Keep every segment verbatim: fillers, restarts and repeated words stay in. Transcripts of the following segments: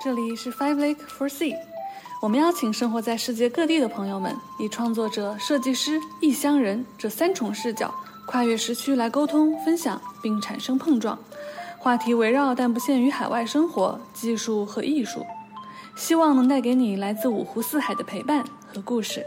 这里是 Five Lake for Sea， 我们邀请生活在世界各地的朋友们，以创作者、设计师、异乡人这三重视角，跨越时区来沟通、分享，并产生碰撞。话题围绕但不限于海外生活、技术和艺术，希望能带给你来自五湖四海的陪伴和故事。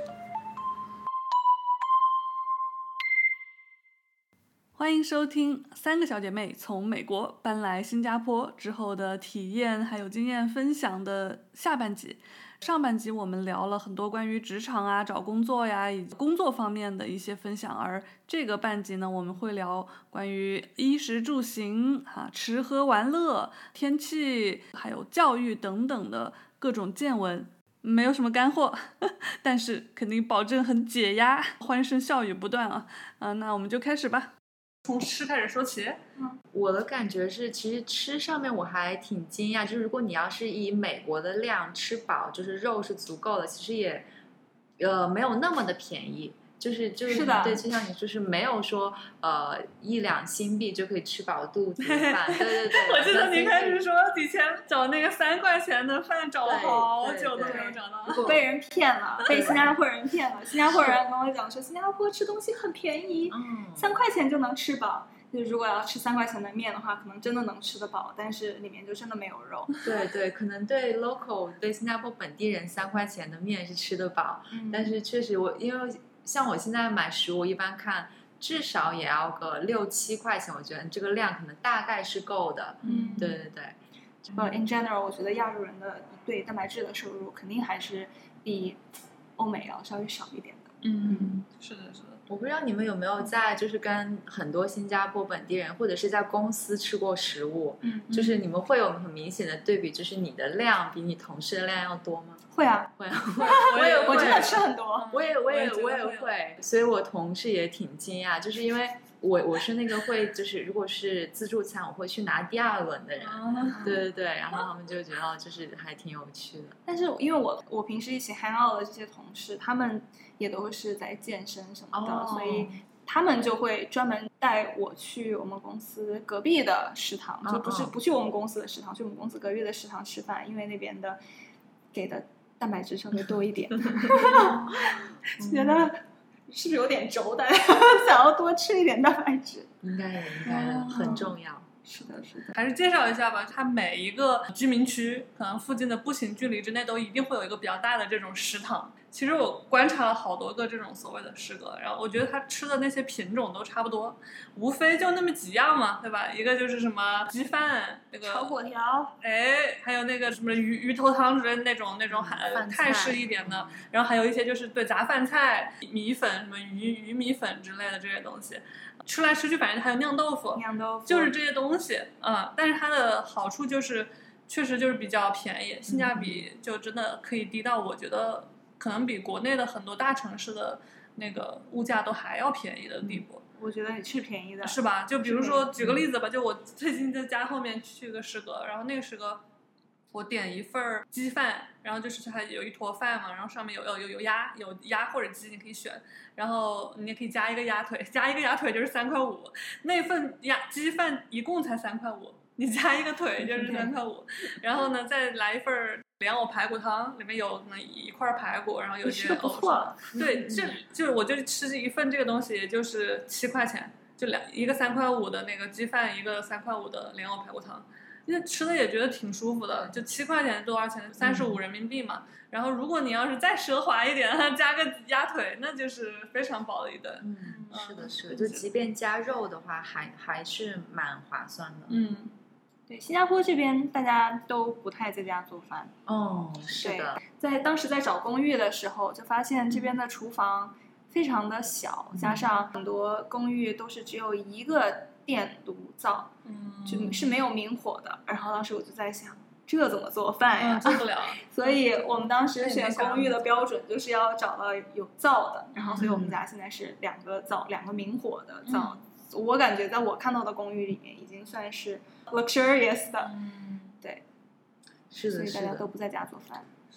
欢迎收听三个小姐妹从美国搬来新加坡之后的体验还有经验分享的下半集。上半集我们聊了很多关于职场啊、找工作呀以及工作方面的一些分享，而这个半集呢，我们会聊关于衣食住行、啊、吃喝玩乐、天气还有教育等等的各种见闻。没有什么干货，但是肯定保证很解压，欢声笑语不断啊！啊，那我们就开始吧。从吃开始说起。 嗯，我的感觉是，其实吃上面我还挺惊讶，就是如果你要是以美国的量吃饱，就是肉是足够的，其实也呃没有那么的便宜。就是就是是的， 对，就像你就是没有说呃一两新币就可以吃饱肚子的饭，对对对。 我记得你开始说以前找那个三块钱的饭找了好久都没有找到， 被人骗了，被新加坡人骗了。新加坡人跟我讲说，新加坡吃东西很便宜， 嗯， 三块钱就能吃饱。就是如果要吃三块钱的面的话，可能真的能吃得饱，但是里面就真的没有肉。 对对，可能对 local 对新加坡本地人三块钱的面是吃得饱，嗯、但是确实我因为。像我现在买食物，一般看至少也要个六七块钱，我觉得这个量可能大概是够的。 嗯， 对对对。 But in general， 我觉得亚洲人的对蛋白质的摄入肯定还是比欧美要稍微少一点的。 嗯，是的，是的。 我不知道你们有没有在就是跟很多新加坡本地人或者是在公司吃过食物， 嗯， 就是你们会有很明显的对比，就是你的量比你同事的量要多吗？ 会啊， 会啊，我也我真的吃很多， 我也我也我也会，所以我同事也挺惊讶，就是因为我我是那个会就是如果是自助餐我会去拿第二轮的人，啊、对对对，然后他们就觉得就是还挺有趣的。 但是因为我我平时一起 hang out 的这些同事，他们也都是在健身什么的，哦、所以他们就会专门带我去我们公司隔壁的食堂，哦、就不是不去我们公司的食堂，去我们公司隔壁的食堂吃饭，因为那边的给的蛋白质稍微多一点。觉得是不是有点轴的？想要多吃一点蛋白质， 应该也应该的，很重要。 是的，是的。 还是介绍一下吧，它每一个居民区可能附近的步行距离之内都一定会有一个比较大的这种食堂。其实我观察了好多个这种所谓的食阁，然后我觉得他吃的那些品种都差不多，无非就那么几样嘛，对吧？一个就是什么鸡饭，那个炒粿条， 哎，还有那个什么鱼鱼头汤之类的那种那种韩泰式一点的，然后还有一些就是对杂饭菜、米粉、什么鱼鱼米粉之类的这些东西。吃来吃去，反正还有酿豆腐， 酿豆腐就是这些东西，嗯，但是它的好处就是，确实就是比较便宜，性价比就真的可以低到我觉得可能比国内的很多大城市的那个物价都还要便宜的地步。 我觉得也是便宜的， 是吧？就比如说举个例子吧，就我最近在家后面去个食阁，然后那个食阁。我点一份鸡饭，然后就是它有一坨饭嘛，然后上面有有有有鸭，有鸭或者鸡你可以选，然后你也可以加一个鸭腿，加一个鸭腿就是三块五，那份鸭鸡饭一共才三块五，你加一个腿就是三块五，然后呢再来一份莲藕排骨汤，里面有那一块排骨，然后有些不错了， 对，这就是我就吃一份这个东西，也就是七块钱，就两一个三块五的那个鸡饭，一个三块五的莲藕排骨汤。因为吃的也觉得挺舒服的，就七块钱多少钱？三十五人民币嘛。嗯、然后如果你要是再奢华一点，加个鸭腿，那就是非常饱的一顿。 嗯，是的，是的，就即便加肉的话，还还是蛮划算的。 嗯， 对，新加坡这边大家都不太在家做饭。 哦，是的。 在当时在找公寓的时候，就发现这边的厨房非常的小，加上很多公寓都是只有一个电炉灶。 嗯， 就是没有明火的，然后当时我就在想，这怎么做饭呀？ 嗯、做不了。 所以我们当时选公寓的标准就是要找到有灶的，然后所以我们家现在是两个灶，两个明火的灶。嗯、我感觉在我看到的公寓里面已经算是 luxurious 的， 嗯， 对， 是的， 所以大家都不在家做饭。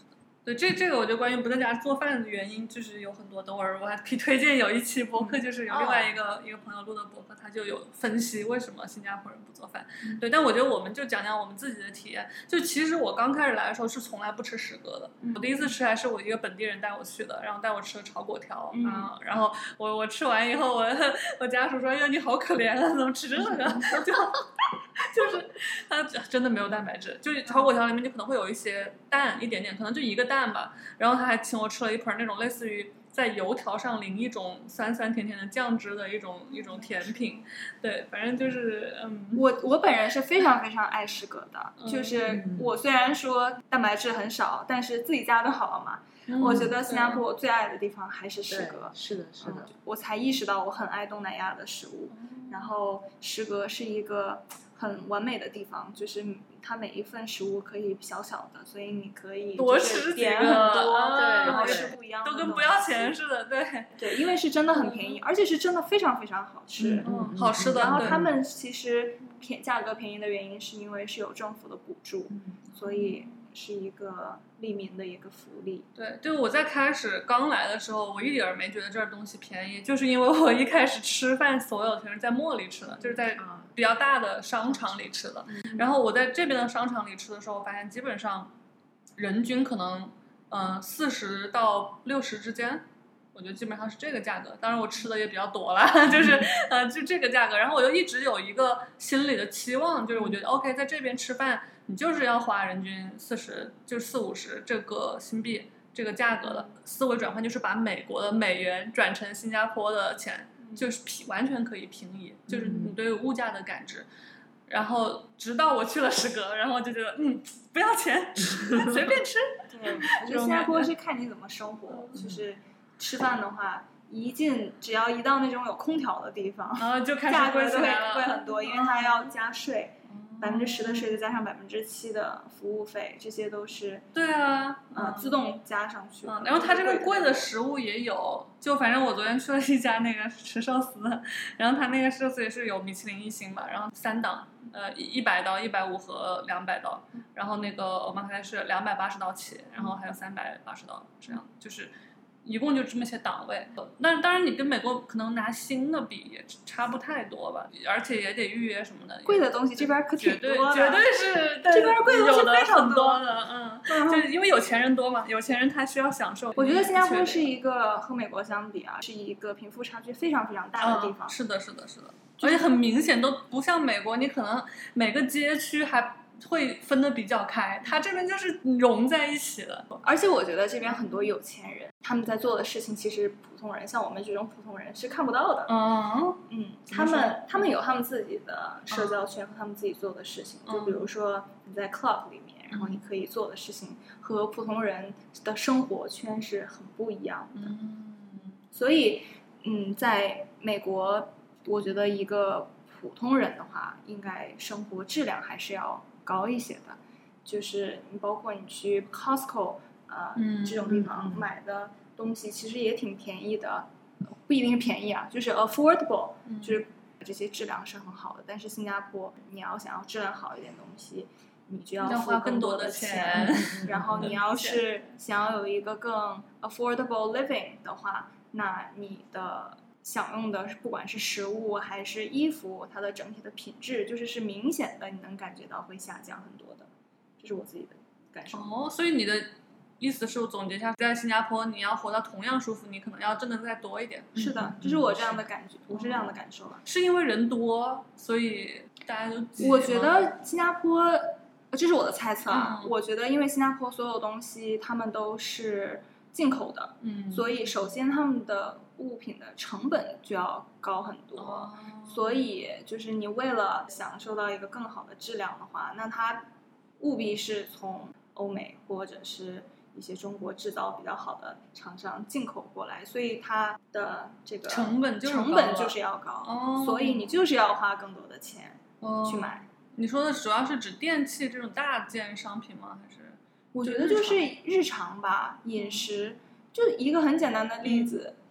对，这这个我觉得关于不在家做饭的原因就是有很多，等会儿我还可以推荐有一期博客，就是有另外一个、哦、一个朋友录的博客，他就有分析为什么新加坡人不做饭。嗯、对，但我觉得我们就讲讲我们自己的体验。就其实我刚开始来的时候是从来不吃食阁的，嗯、我第一次吃还是我一个本地人带我去的，然后带我吃炒粿条、嗯、啊，然后我我吃完以后，我我家属说：“哎呀，你好可怜啊，怎么吃这个？”就就是它真的没有蛋白质，就是炒粿条里面就可能会有一些蛋，一点点，可能就一个蛋吧。然后他还请我吃了一盆那种类似于在油条上淋一种酸酸甜甜的酱汁的一种一种甜品。对，反正就是嗯， 我我本人是非常非常爱食阁的、嗯，就是我虽然说蛋白质很少，但是自己家就好了嘛。嗯、我觉得新加坡我最爱的地方还是食阁。 是的，是的、嗯。 我才意识到我很爱东南亚的食物，嗯、然后食阁是一个很完美的地方，就是它每一份食物可以小小的，所以你可以多吃点很多， 啊、 对，然后吃不一样的， 都跟不要钱似的，对对，因为是真的很便宜，而且是真的非常非常好吃， 嗯，好吃的。 然后他们其实便价格便宜的原因是因为是有政府的补助，嗯、所以是一个利民的一个福利。 对，就我在开始刚来的时候，我一点儿没觉得这儿东西便宜，就是因为我一开始吃饭所有全是在莫里吃的，就是在比较大的商场里吃的。嗯、然后我在这边的商场里吃的时候，我发现基本上人均可能嗯四十到六十之间。我觉得基本上是这个价格，当然我吃的也比较多了，就是呃就这个价格。然后我就一直有一个心理的期望，就是我觉得 OK， 在这边吃饭你就是要花人均四十，就是四五十这个新币这个价格的。思维转换就是把美国的美元转成新加坡的钱，就是平完全可以平移，就是你对物价的感知。然后直到我去了食阁，然后就觉得嗯不要钱，随便吃。 对，我觉得新加坡是看你怎么生活，就是吃饭的话，一进只要一到那种有空调的地方， 然后就开始价格就会了贵很多，因为它要加税。百分之十的税，再加上百分之七的服务费，这些都是对啊， 呃，自动加上去。 嗯，然后它这个贵的食物也有，就反正我昨天去了一家那个吃寿司的，然后它那个寿司也是有米其林一星吧，然后三档，呃，一百刀、一百五和两百刀，然后那个我们还是两百八十刀起，然后还有三百八十刀，这样就是。一共就这么些档位，但当然你跟美国可能拿新的比也差不太多吧，而且也得预约什么的。 贵的东西这边可挺多的， 绝对是这边贵的东西非常多的，嗯，嗯就是因为有钱人多嘛，有钱人他需要享受。 我觉得新加坡是一个和美国相比啊，是一个贫富差距非常非常大的地方。 嗯、是的，是的，是的，而且很明显都不像美国，你可能每个街区还。会分得比较开，他这边就是融在一起了。 而且我觉得这边很多有钱人，他们在做的事情，其实普通人像我们这种普通人是看不到的。 嗯嗯，他们他们有他们自己的社交圈和他们自己做的事情。嗯、就比如说你在 club 里面，然后你可以做的事情和普通人的生活圈是很不一样的。 嗯， 所以嗯，在美国，我觉得一个普通人的话，应该生活质量还是要高一些的，就是你包括你去 Costco 呃、嗯、这种地方买的东西，其实也挺便宜的，不一定是便宜啊，就是 affordable，、嗯、就是这些质量是很好的。但是新加坡，你要想要质量好一点的东西，你就要付更多的钱，然后你要是想要有一个更 affordable living 的话，那你的享用的不管是食物还是衣服，它的整体的品质就是是明显的，你能感觉到会下降很多的，这是我自己的感受。 哦，所以你的意思是我总结一下，在新加坡你要活到同样舒服，你可能要挣的再多一点。 是的，这是我这样的感觉，我是这样的感受吧。 是因为人多，所以大家就挤。 我觉得新加坡，这是我的猜测啊。 嗯、 我觉得因为新加坡所有东西他们都是进口的， 嗯， 所以首先他们的物品的成本就要高很多， 哦、 所以就是你为了享受到一个更好的质量的话，那它务必是从欧美或者是一些中国制造比较好的厂商进口过来，所以它的这个成本就是成本就是要高， 哦、 所以你就是要花更多的钱去买。 哦、你说的主要是指电器这种大件商品吗？还是？ 我觉得就是日常吧，饮食。就一个很简单的例子。 嗯，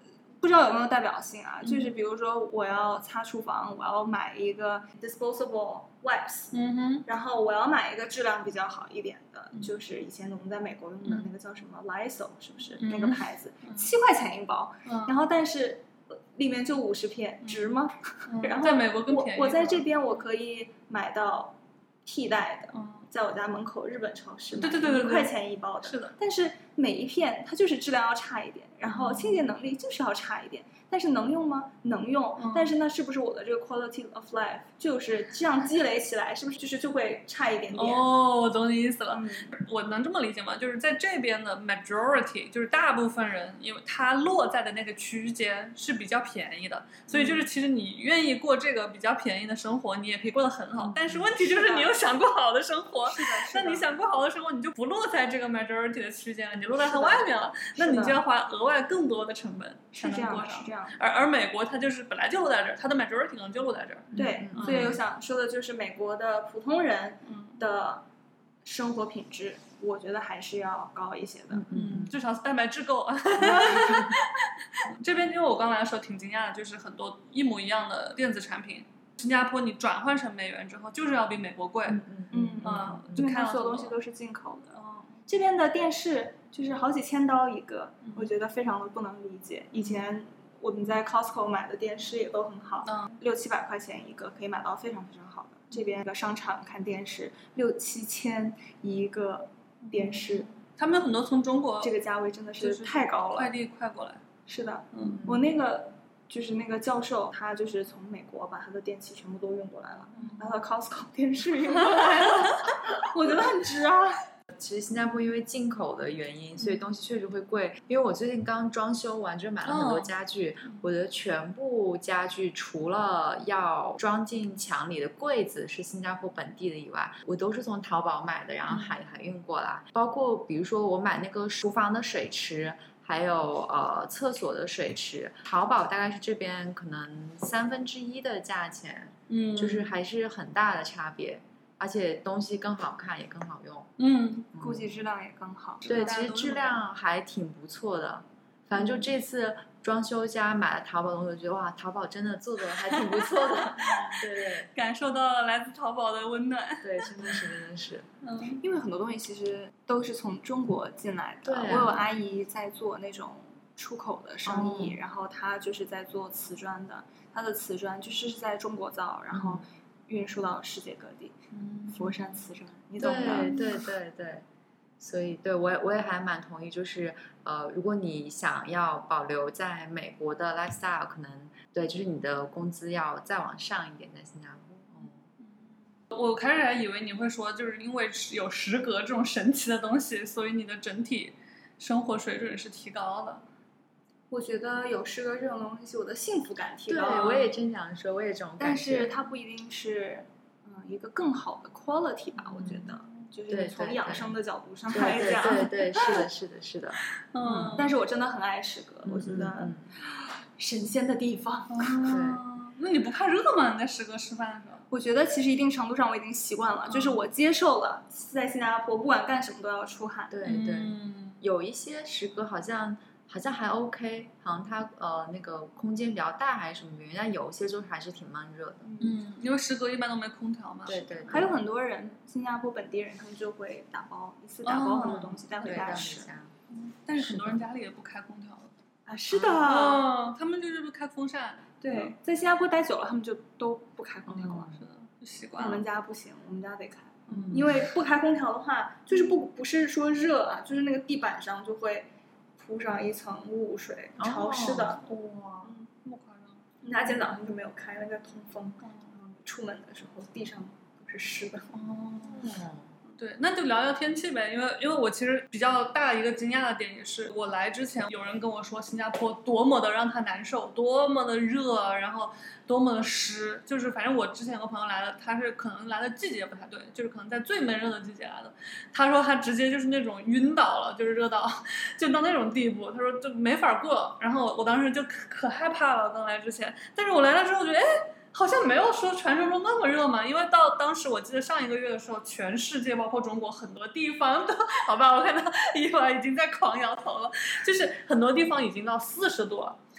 不知道有没有代表性啊？嗯、就是比如说我要擦厨房，我要买一个 disposable wipes， 嗯哼， 然后我要买一个质量比较好一点的，嗯、就是以前我们在美国用的那个叫什么 Lysol， 是不是、嗯、那个牌子？七、嗯、块钱一包，嗯、然后但是里面就五十片，嗯、值吗？ 嗯、 然后在美国更便宜。 我我在这边我可以买到替代的。 嗯， 在我家门口日本超市， 对对对对， 一块钱一包的， 是的。但是每一片它就是质量要差一点，然后清洁能力就是要差一点，但是能用吗？能用。嗯、但是那是不是我的这个 quality of life 就是这样积累起来，是不是就是就会差一点点？ 哦，我懂你意思了。 嗯、 我能这么理解吗？就是在这边的 majority， 就是大部分人，因为它落在的那个区间是比较便宜的，所以就是其实你愿意过这个比较便宜的生活，你也可以过得很好。嗯、但是问题就是你又想过好的生活。 是的， 那你想过好的生活，你就不落在这个 majority 的区间了，你落在它外面了，那你就要花额外更多的成本才能过上。 是这样。 而而美国它就是本来就落在这儿，它的 majority 可能就落在这儿。 对，嗯、所以我想说的就是美国的普通人的生活品质，我觉得还是要高一些的。 嗯，至少是蛋白质够。这边因为我刚来的时候挺惊讶的，就是很多一模一样的电子产品。新加坡你转换成美元之后，就是要比美国贵。 嗯嗯嗯，因为它所有东西都是进口的。哦，这边的电视就是好几千刀一个，嗯、我觉得非常的不能理解。以前我们在 Costco 买的电视也都很好，嗯、六七百块钱一个可以买到非常非常好的。这边的商场看电视六七千一个电视， 他们有很多从中国， 这个价位真的是太高了， 快递快过来。 是的，嗯，我那个。就是那个教授，他就是从美国把他的电器全部都运过来了，嗯、把他的 Costco 电视运过来了，我觉得很值啊。 其实新加坡因为进口的原因，所以东西确实会贵。因为我最近刚装修完，就买了很多家具，哦、我的全部家具除了要装进墙里的柜子是新加坡本地的以外，我都是从淘宝买的，然后海海运过来。包括比如说我买那个厨房的水池。还有呃厕所的水池，淘宝大概是这边可能三分之一的价钱， 嗯， 就是还是很大的差别，而且东西更好看也更好用， 嗯， 嗯估计质量也更好。 对，其实质量还挺不错的。反正就这次装修家买了淘宝的东西，我觉得哇，淘宝真的做的还挺不错的。对对， 感受到了来自淘宝的温暖。 对，真的是真的是。 嗯，因为很多东西其实都是从中国进来的。 对、啊， 我有阿姨在做那种出口的生意，哦、然后她就是在做瓷砖的，她的瓷砖就是在中国造，然后运输到世界各地。 嗯， 佛山瓷砖，你懂的。 对对对对。所以，对我也我也还蛮同意，就是呃，如果你想要保留在美国的 lifestyle， 可能对，就是你的工资要再往上一点，在新加坡。 嗯，我开始还以为你会说，就是因为有食阁这种神奇的东西，所以你的整体生活水准是提高的。 我觉得有食阁这种东西，我的幸福感提高了。 对，我也真想说，我也这种感觉。 但是它不一定是嗯一个更好的 quality 吧，我觉得。就是从养生的角度上来讲， 对 对, 对, 对, 对，是的，是的，是的， 嗯，但是我真的很爱食阁，嗯、我觉得、嗯、神仙的地方。 嗯、那你不怕热吗？你在食阁吃饭的时候？ 我觉得其实一定程度上我已经习惯了，嗯、就是我接受了，在新加坡不管干什么都要出汗。 对对，嗯、有一些食阁好像。好像还 OK， 好像它呃那个空间比较大还是什么原因，但有些就是还是挺闷热的。 嗯，因为食阁一般都没空调嘛。 对 对, 对。 还有很多人，新加坡本地人，他们就会打包，一次打包很多东西带回家吃。 嗯，但是很多人家里也不开空调了。 啊，是的。 哦，他们就是不开风扇。 对，在新加坡待久了，他们就都不开空调了。 是的，就习惯了。 我们家不行，我们家得开。 嗯。 因为不开空调的话，就是不不是说热啊，就是那个地板上就会。铺上一层雾水，潮湿的。 哇，这么夸张！ 我们家今天早上就没有开那个通风，嗯、出门的时候地上都是湿的。 哦，对，那就聊聊天气呗，因为因为我其实比较大的一个惊讶的点也是，我来之前有人跟我说新加坡多么的让他难受，多么的热，然后多么的湿，就是反正我之前有个朋友来了，他是可能来的季节不太对，就是可能在最闷热的季节来的，他说他直接就是那种晕倒了，就是热到就到那种地步，他说就没法过，然后我当时就可可害怕了，刚来之前，但是我来了之后觉得哎。好像没有说传说中那么热嘛，因为到当时我记得上一个月的时候，全世界包括中国很多地方都，好吧，我看到伊娃已经在狂摇头了，就是很多地方已经到四十度了。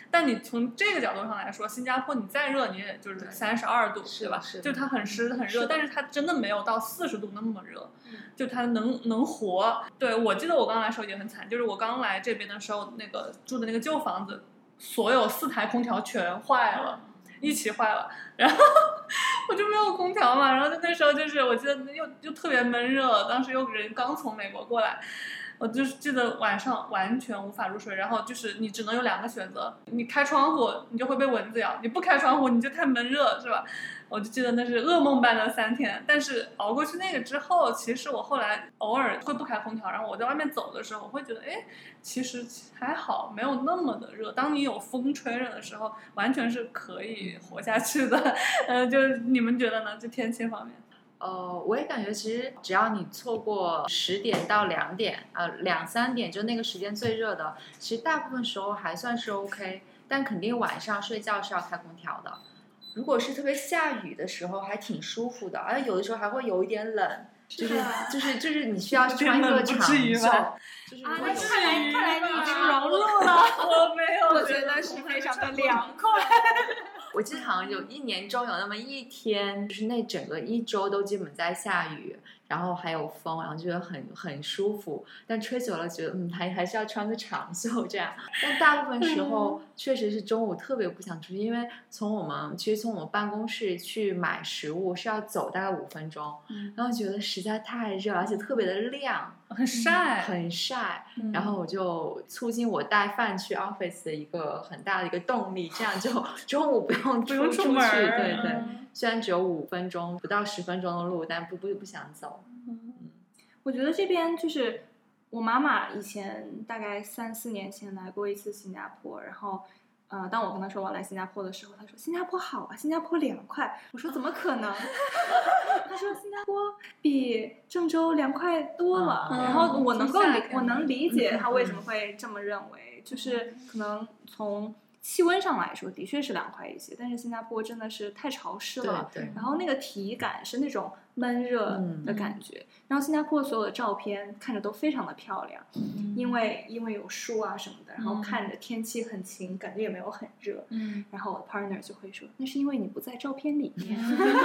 但你从这个角度上来说，新加坡你再热你也就是三十二度，对吧？就它很湿很热，但是它真的没有到四十度那么热，就它能能活。对，我记得我刚来的时候也很惨，就是我刚来这边的时候，那个住的那个旧房子，所有四台空调全坏了，一起坏了，然后我就没有空调嘛，然后那时候就是我记得又又特别闷热，当时又人刚从美国过来。我就是记得晚上完全无法入睡，然后就是你只能有两个选择，你开窗户你就会被蚊子咬，你不开窗户你就太闷热，是吧？我就记得那是噩梦般的三天。但是熬过去那个之后，其实我后来偶尔会不开空调，然后我在外面走的时候，我会觉得哎，其实还好，没有那么的热。当你有风吹着的时候，完全是可以活下去的。呃，就是你们觉得呢？就天气方面。 呃，我也感觉其实只要你错过十点到两点，呃，两三点就那个时间最热的，其实大部分时候还算是 OK， 但肯定晚上睡觉是要开空调的。如果是特别下雨的时候，还挺舒服的，而且有的时候还会有一点冷，就是就是就是你需要穿一个长袖。就是啊，那看来看来你已经融入了， 我没有， 我觉得是非常的凉快。 我记得好像有一年中有那么一天，就是那整个一周都基本在下雨，然后还有风，然后觉得很很舒服。但吹久了觉得嗯，还还是要穿个长袖这样。但大部分时候确实是中午特别不想出去，因为从我们其实从我们办公室去买食物是要走大概五分钟，嗯、然后觉得实在太热，而且特别的亮。 很晒， 很晒，嗯、然后我就促进我带饭去 office 的一个很大的一个动力，这样就中午不用不用出门， 对对。嗯、虽然只有五分钟，不到十分钟的路，但不不不想走。 嗯，我觉得这边就是我妈妈以前大概三四年前来过一次新加坡，然后。呃，当我跟他说我来新加坡的时候，他说新加坡好啊，新加坡凉快。我说怎么可能？他说新加坡比郑州凉快多了。嗯、然后我能够理，我能理解他为什么会这么认为，嗯、就是可能从气温上来说的确是凉快一些，但是新加坡真的是太潮湿了， 对对， 然后那个体感是那种闷热的感觉。嗯、然后新加坡所有的照片看着都非常的漂亮，嗯、因为因为有树啊什么的，然后看着天气很晴，感觉也没有很热。嗯、然后我的 partner 就会说，那是因为你不在照片里面。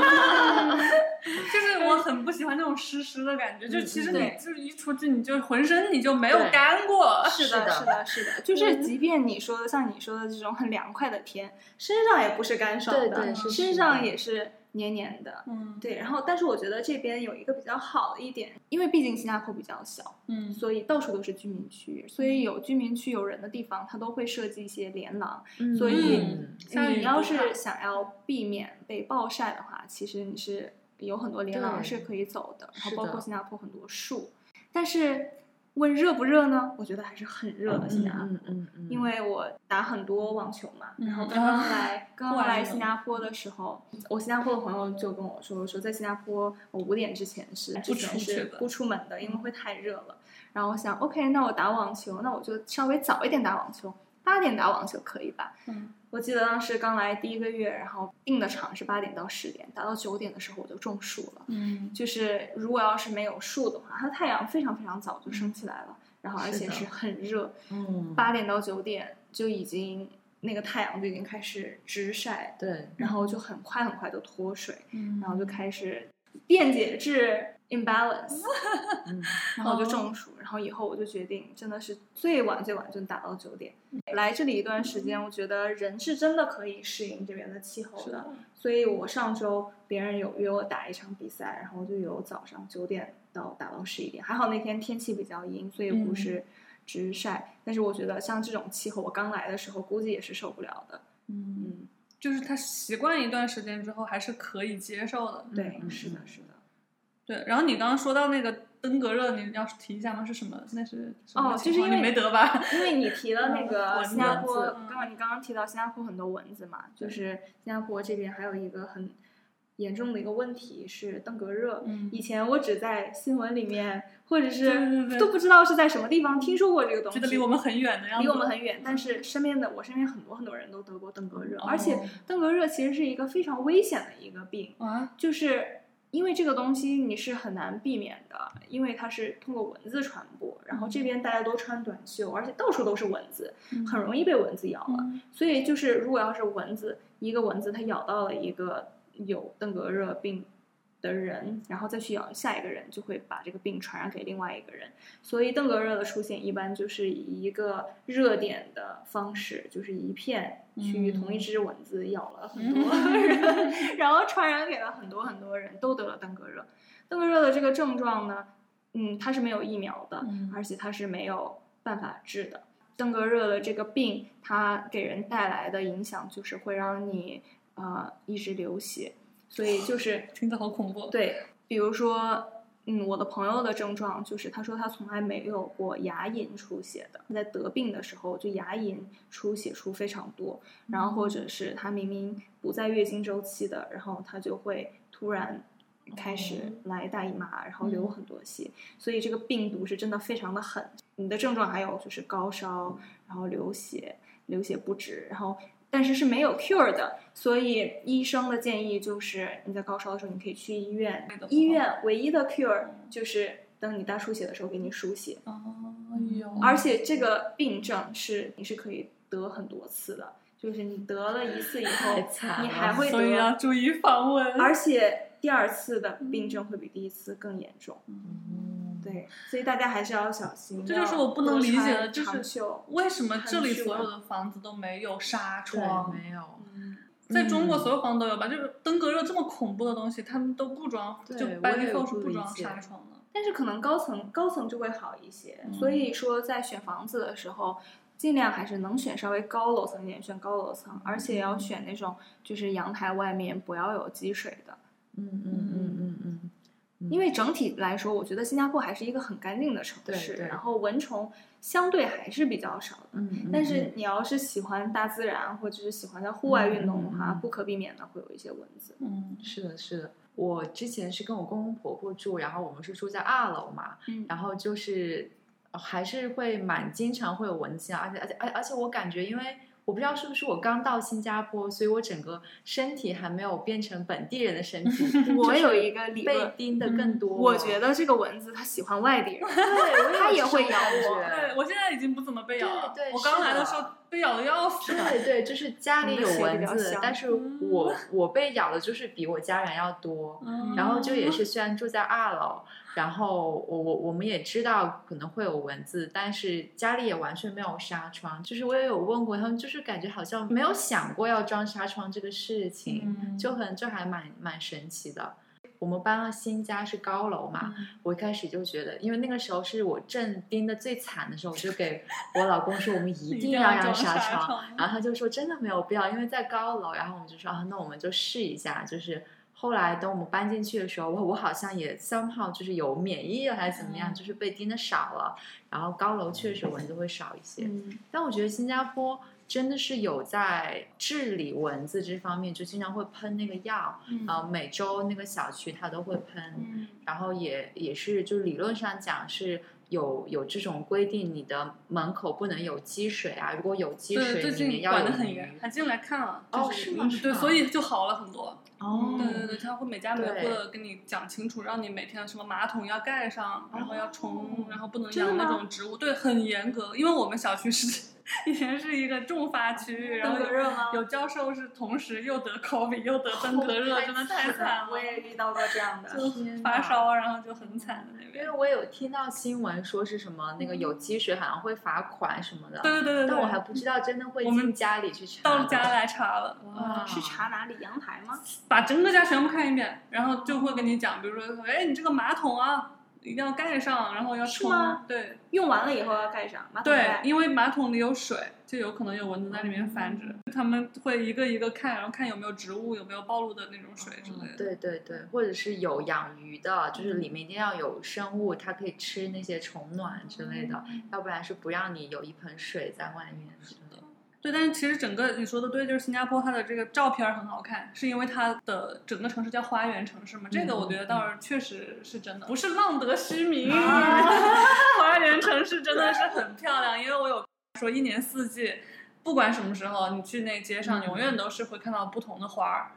就是我很不喜欢那种湿湿的感觉，就其实你就是一出去你就浑身你就没有干过。 是的，是的，是的，就是即便你说的像你说的这种很凉快的天，身上也不是干爽的， 对对， 身上也是黏黏的。嗯，对。然后，但是我觉得这边有一个比较好的一点，因为毕竟新加坡比较小，嗯，所以到处都是居民区，所以有居民区有人的地方，它都会设计一些连廊。嗯、所以你要是想要避免被暴晒的话，其实你是有很多连廊是可以走的，然后包括新加坡很多树，但是。问热不热呢？我觉得还是很热的新加坡， 嗯嗯嗯、 因为我打很多网球嘛，嗯、然后刚刚来、嗯、刚刚来新加坡的时候，我新加坡的朋友就跟我说说，在新加坡我五点之前是之前是不出门的，因为会太热了。然后我想 ，OK， 那我打网球，那我就稍微早一点打网球，八点打网球可以吧？嗯。我记得当时刚来第一个月，然后定的场是八点到十点，打到九点的时候我就中暑了。嗯，就是如果要是没有树的话，它太阳非常非常早就升起来了，嗯、然后而且是很热。嗯，八点到九点就已经那个太阳就已经开始直晒， 对， 然后就很快很快就脱水，嗯、然后就开始电解质 imbalance，嗯、然后就中暑。然后以后我就决定，真的是最晚最晚就打到九点。来这里一段时间，我觉得人是真的可以适应这边的气候的。所以我上周别人有约我打一场比赛，然后就有早上九点到打到十一点。还好那天天气比较阴，所以不是直晒。嗯、但是我觉得像这种气候，我刚来的时候估计也是受不了的。嗯嗯，就是他习惯一段时间之后，还是可以接受的。 对，嗯、是的，是的。 对，然后你刚刚说到那个登革热，你要提一下吗？是什么？那是什么哦，就是因为你没得吧？ 因为你提了那个新加坡，刚刚你刚刚提到新加坡很多蚊子嘛，就是新加坡这边还有一个很严重的一个问题是登革热。嗯、以前我只在新闻里面，或者是对对对都不知道是在什么地方听说过这个东西， 觉得离我们很远的样子， 离我们很远。但是身边的我身边很多很多人都得过登革热，哦、而且登革热其实是一个非常危险的一个病，啊、就是。 因为这个东西你是很难避免的，因为它是通过蚊子传播，然后这边大家都穿短袖，而且到处都是蚊子，很容易被蚊子咬了。 嗯、 所以就是如果要是蚊子一个蚊子它咬到了一个有登革热病的人，然后再去咬下一个人，就会把这个病传染给另外一个人。所以登革热的出现一般就是以一个热点的方式，就是一片区域同一只蚊子咬了很多人、嗯、然后传染给了很多很多人，都得了登革热。登革热的这个症状呢，嗯，它是没有疫苗的、嗯、而且它是没有办法治的。登革热的这个病它给人带来的影响就是会让你呃一直流血，所以就是听着好恐怖。 对，比如说嗯，我的朋友的症状就是他说他从来没有过牙龈出血的，在得病的时候就牙龈出血出非常多，然后或者是他明明不在月经周期的，然后他就会突然开始来大姨妈，然后流很多血、嗯、所以这个病毒是真的非常的狠。你的症状还有就是高烧，然后流血流血不止，然后但是是没有 cure 的，所以医生的建议就是你在高烧的时候你可以去医院，医院唯一的 cure 就是等你大出血的时候给你输血、 哦哟、 而且这个病症是你是可以得很多次的，就是你得了一次以后你还会得， 所以要注意防蚊， 而且第二次的病症会比第一次更严重。 嗯， 对，所以大家还是要小心。 这就是我不能理解的，就是为什么这里所有的房子都没有纱窗？ 没有、 嗯，在中国所有房子都有吧？就是登革热这么恐怖的东西，他们都不装，就百利后是不装纱窗的。 但是可能高层高层就会好一些、嗯，所以说在选房子的时候，尽量还是能选稍微高楼层一点，选高楼层，而且要选那种就是阳台外面不要有积水的。 嗯嗯嗯嗯嗯。 因为整体来说我觉得新加坡还是一个很干净的城市，然后蚊虫相对还是比较少的、 嗯、 但是你要是喜欢大自然或者是喜欢在户外运动的话、 嗯、 不可避免的会有一些蚊子。 嗯， 是的是的。我之前是跟我公公婆婆住，然后我们是住在二楼嘛、 嗯、 然后就是还是会蛮经常会有蚊子，而且而且而且我感觉因为我不知道是不是我刚到新加坡，所以我整个身体还没有变成本地人的身体。 我有一个理论， 被叮的更多、 嗯。我觉得这个蚊子它喜欢外地人， 对， 它也会咬我。 对，我现在已经不怎么被咬了。 对对， 我刚来的时候被咬的要死。 对对，就是家里有蚊子，但是我、嗯、我被咬的就是比我家人要多、嗯。然后就也是虽然住在二楼。然后我我我们也知道可能会有蚊子，但是家里也完全没有纱窗。就是我也有问过他们，就是感觉好像没有想过要装纱窗这个事情， 嗯、 就很就还蛮蛮神奇的。我们搬了新家是高楼嘛、嗯，我一开始就觉得，因为那个时候是我正盯的最惨的时候，我就给我老公说我们一定要让纱窗，然后他就说真的没有必要，因为在高楼。然后我们就说啊，那我们就试一下，就是。后来等我们搬进去的时候，我我好像也 somehow 就是有免疫了还是怎么样、嗯、就是被叮的少了，然后高楼确实蚊子会少一些、 嗯、 但我觉得新加坡真的是有在治理蚊子这方面，就经常会喷那个药、 嗯呃、每周那个小区它都会喷、 嗯、 然后也也是就理论上讲是有有这种规定，你的门口不能有积水啊，如果有积水里面要有鱼。 管得很严，还进来看了。 哦， 就是吗？ 对，所以就好了很多。 哦， 对对对，他会每家每户的跟你讲清楚，让你每天什么马桶要盖上，然后要冲，然后不能养那种植物，对，很严格。因为我们小区是以前是一个重发区，然后有有教授是同时又得 COVID 又得登革热，真的太惨了。 我也遇到过这样的， 就发烧，然后就很惨的那边。 因为我有听到新闻说是什么那个有积水好像会罚款什么的， 对对对对， 但我还不知道真的会进家里去查。 到家来查了， 哇，是查哪里？阳台吗？ 把整个家全部看一遍，然后就会跟你讲，比如说，哎，你这个马桶啊，一定要盖上，然后要冲。对， 用完了以后要盖上。马桶盖。 对，因为马桶里有水，就有可能有蚊子在里面繁殖。嗯、他们会一个一个看，然后看有没有植物，有没有暴露的那种水之类的。 嗯、对对对，或者是有养鱼的，就是里面一定要有生物，它可以吃那些虫卵之类的， 嗯、 要不然是不让你有一盆水在外面。 是的。对，但是其实整个你说的对，就是新加坡它的这个照片很好看，是因为它的整个城市叫花园城市嘛，这个我觉得倒是确实是真的，不是浪得虚名。啊、花园城市真的是很漂亮，因为我有说一年四季，不管什么时候你去那街上，永远都是会看到不同的花儿。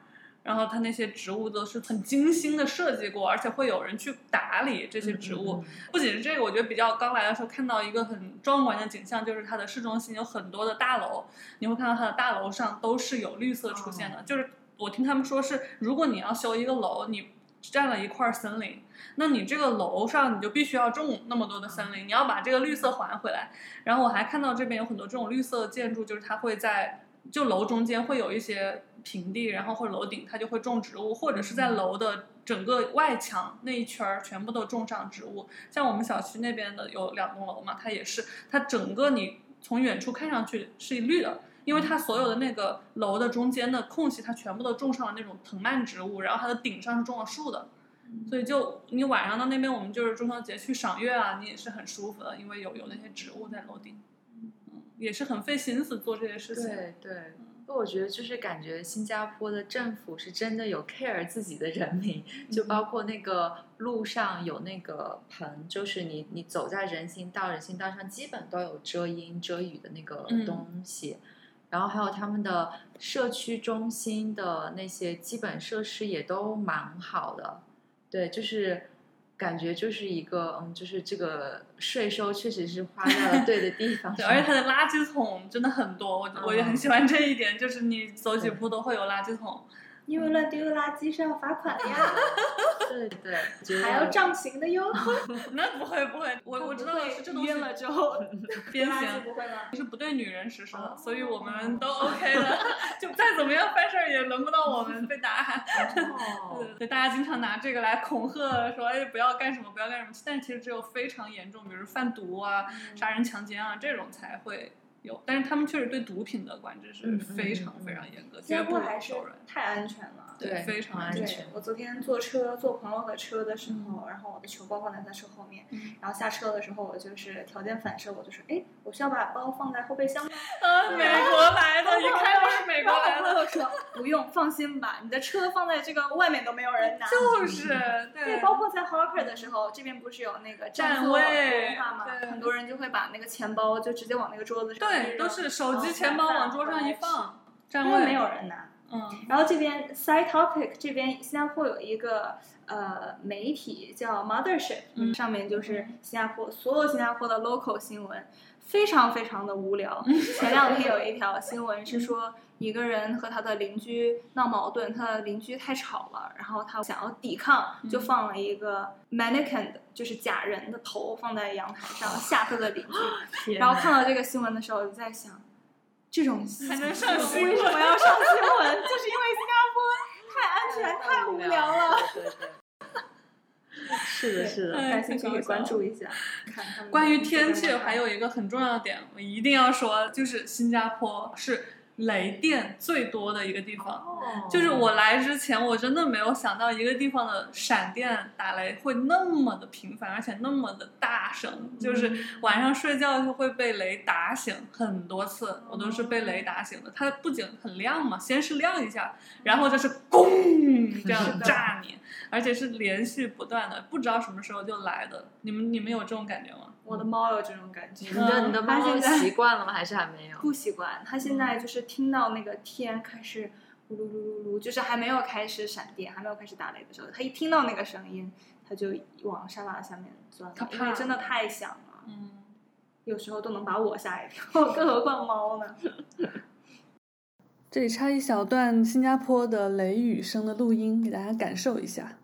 然后它那些植物都是很精心的设计过，而且会有人去打理这些植物。 嗯嗯不仅是这个，我觉得比较刚来的时候看到一个很壮观的景象，就是它的市中心有很多的大楼，你会看到它的大楼上都是有绿色出现的。哦、就是我听他们说是，如果你要修一个楼，你占了一块森林，那你这个楼上你就必须要种那么多的森林，你要把这个绿色还回来。然后我还看到这边有很多这种绿色建筑，就是它会在就楼中间会有一些平地，然后或者楼顶它就会种植物，或者是在楼的整个外墙那一圈全部都种上植物。像我们小区那边的有两栋楼嘛，它也是，它整个你从远处看上去是绿的，因为它所有的那个楼的中间的空隙它全部都种上了那种藤蔓植物，然后它的顶上是种了树的，所以就你晚上到那边，我们就是中秋节去赏月啊，你也是很舒服的，因为有有那些植物在楼顶，嗯，也是很费心思做这些事情。 对对，我觉得就是感觉新加坡的政府是真的有 care 自己的人民，就包括那个路上有那个棚，就是你你走在人行道，人行道上基本都有遮阴遮雨的那个东西。嗯，然后还有他们的社区中心的那些基本设施也都蛮好的，对，就是感觉就是一个嗯，就是这个税收确实是花在了对的地方。 对，而且它的垃圾桶真的很多，我、嗯、我也很喜欢这一点，就是你走几步都会有垃圾桶。 因为乱丢垃圾是要罚款的呀。 对对， 还要杖刑的哟。 那不会不会，我我知道是这东西晕了之后鞭刑， 不会吗？ 是不对女人实施的，哦、所以我们都 OK 的，就再怎么样犯事儿也轮不到我们被打。哦、对对，大家经常拿这个来恐吓，说哎不要干什么不要干什么，但其实只有非常严重，比如贩毒啊、嗯、杀人强奸啊这种才会。有，但是他们确实对毒品的管制是非常非常严格， 新加坡还是太安全了， 对，非常安全。 我昨天坐车坐朋友的车的时候，嗯、然后我的球包放在他车后面，嗯、然后下车的时候我就是条件反射，我就说，哎，我需要把包放在后备箱吗？ 啊，美国来的，一看就是美国来的。 我说不用，放心吧，你的车放在这个外面都没有人拿。 就是， 对，对，包括在 Hawker 的时候，这边不是有那个站位文化嘛，很多人就会把那个钱包就直接往那个桌子上。 对，都是手机、钱包往桌上一放，站位没有人拿。 嗯， 然后这边 side topic 这边新加坡有一个呃媒体叫 Mothership，嗯，上面就是新加坡所有新加坡的 local 新闻，非常非常的无聊。前两天有一条新闻是说，一个人和他的邻居闹矛盾，他的邻居太吵了，然后他想要抵抗，就放了一个 mannequin 就是假人的头放在阳台上吓他的邻居。然后看到这个新闻的时候，我就在想。这种还能上新闻？ 为什么要上新闻？就是因为新加坡太安全、太无聊了。 对对对，是的，是的， 感兴趣可以关注一下。看他们关于天气，还有一个很重要的点，我一定要说，就是新加坡是雷电最多的一个地方。 哦， 就是我来之前，我真的没有想到一个地方的闪电打雷会那么的频繁，而且那么的大声。就是晚上睡觉就会被雷打醒很多次，我都是被雷打醒的。它不仅很亮嘛，先是亮一下，然后就是咣这样炸你，而且是连续不断的，不知道什么时候就来的。你们你们有这种感觉吗？ 我的猫有这种感觉。 你的你的猫习惯了吗？还是还没有？ 不习惯，它现在就是听到那个天开始噜噜噜噜噜，就是还没有开始闪电，还没有开始打雷的时候，它一听到那个声音，它就往沙发下面钻了，因为真的太响了。 嗯， 有时候都能把我吓一跳，更何况猫呢？ 这里插一小段新加坡的雷雨声的录音，给大家感受一下。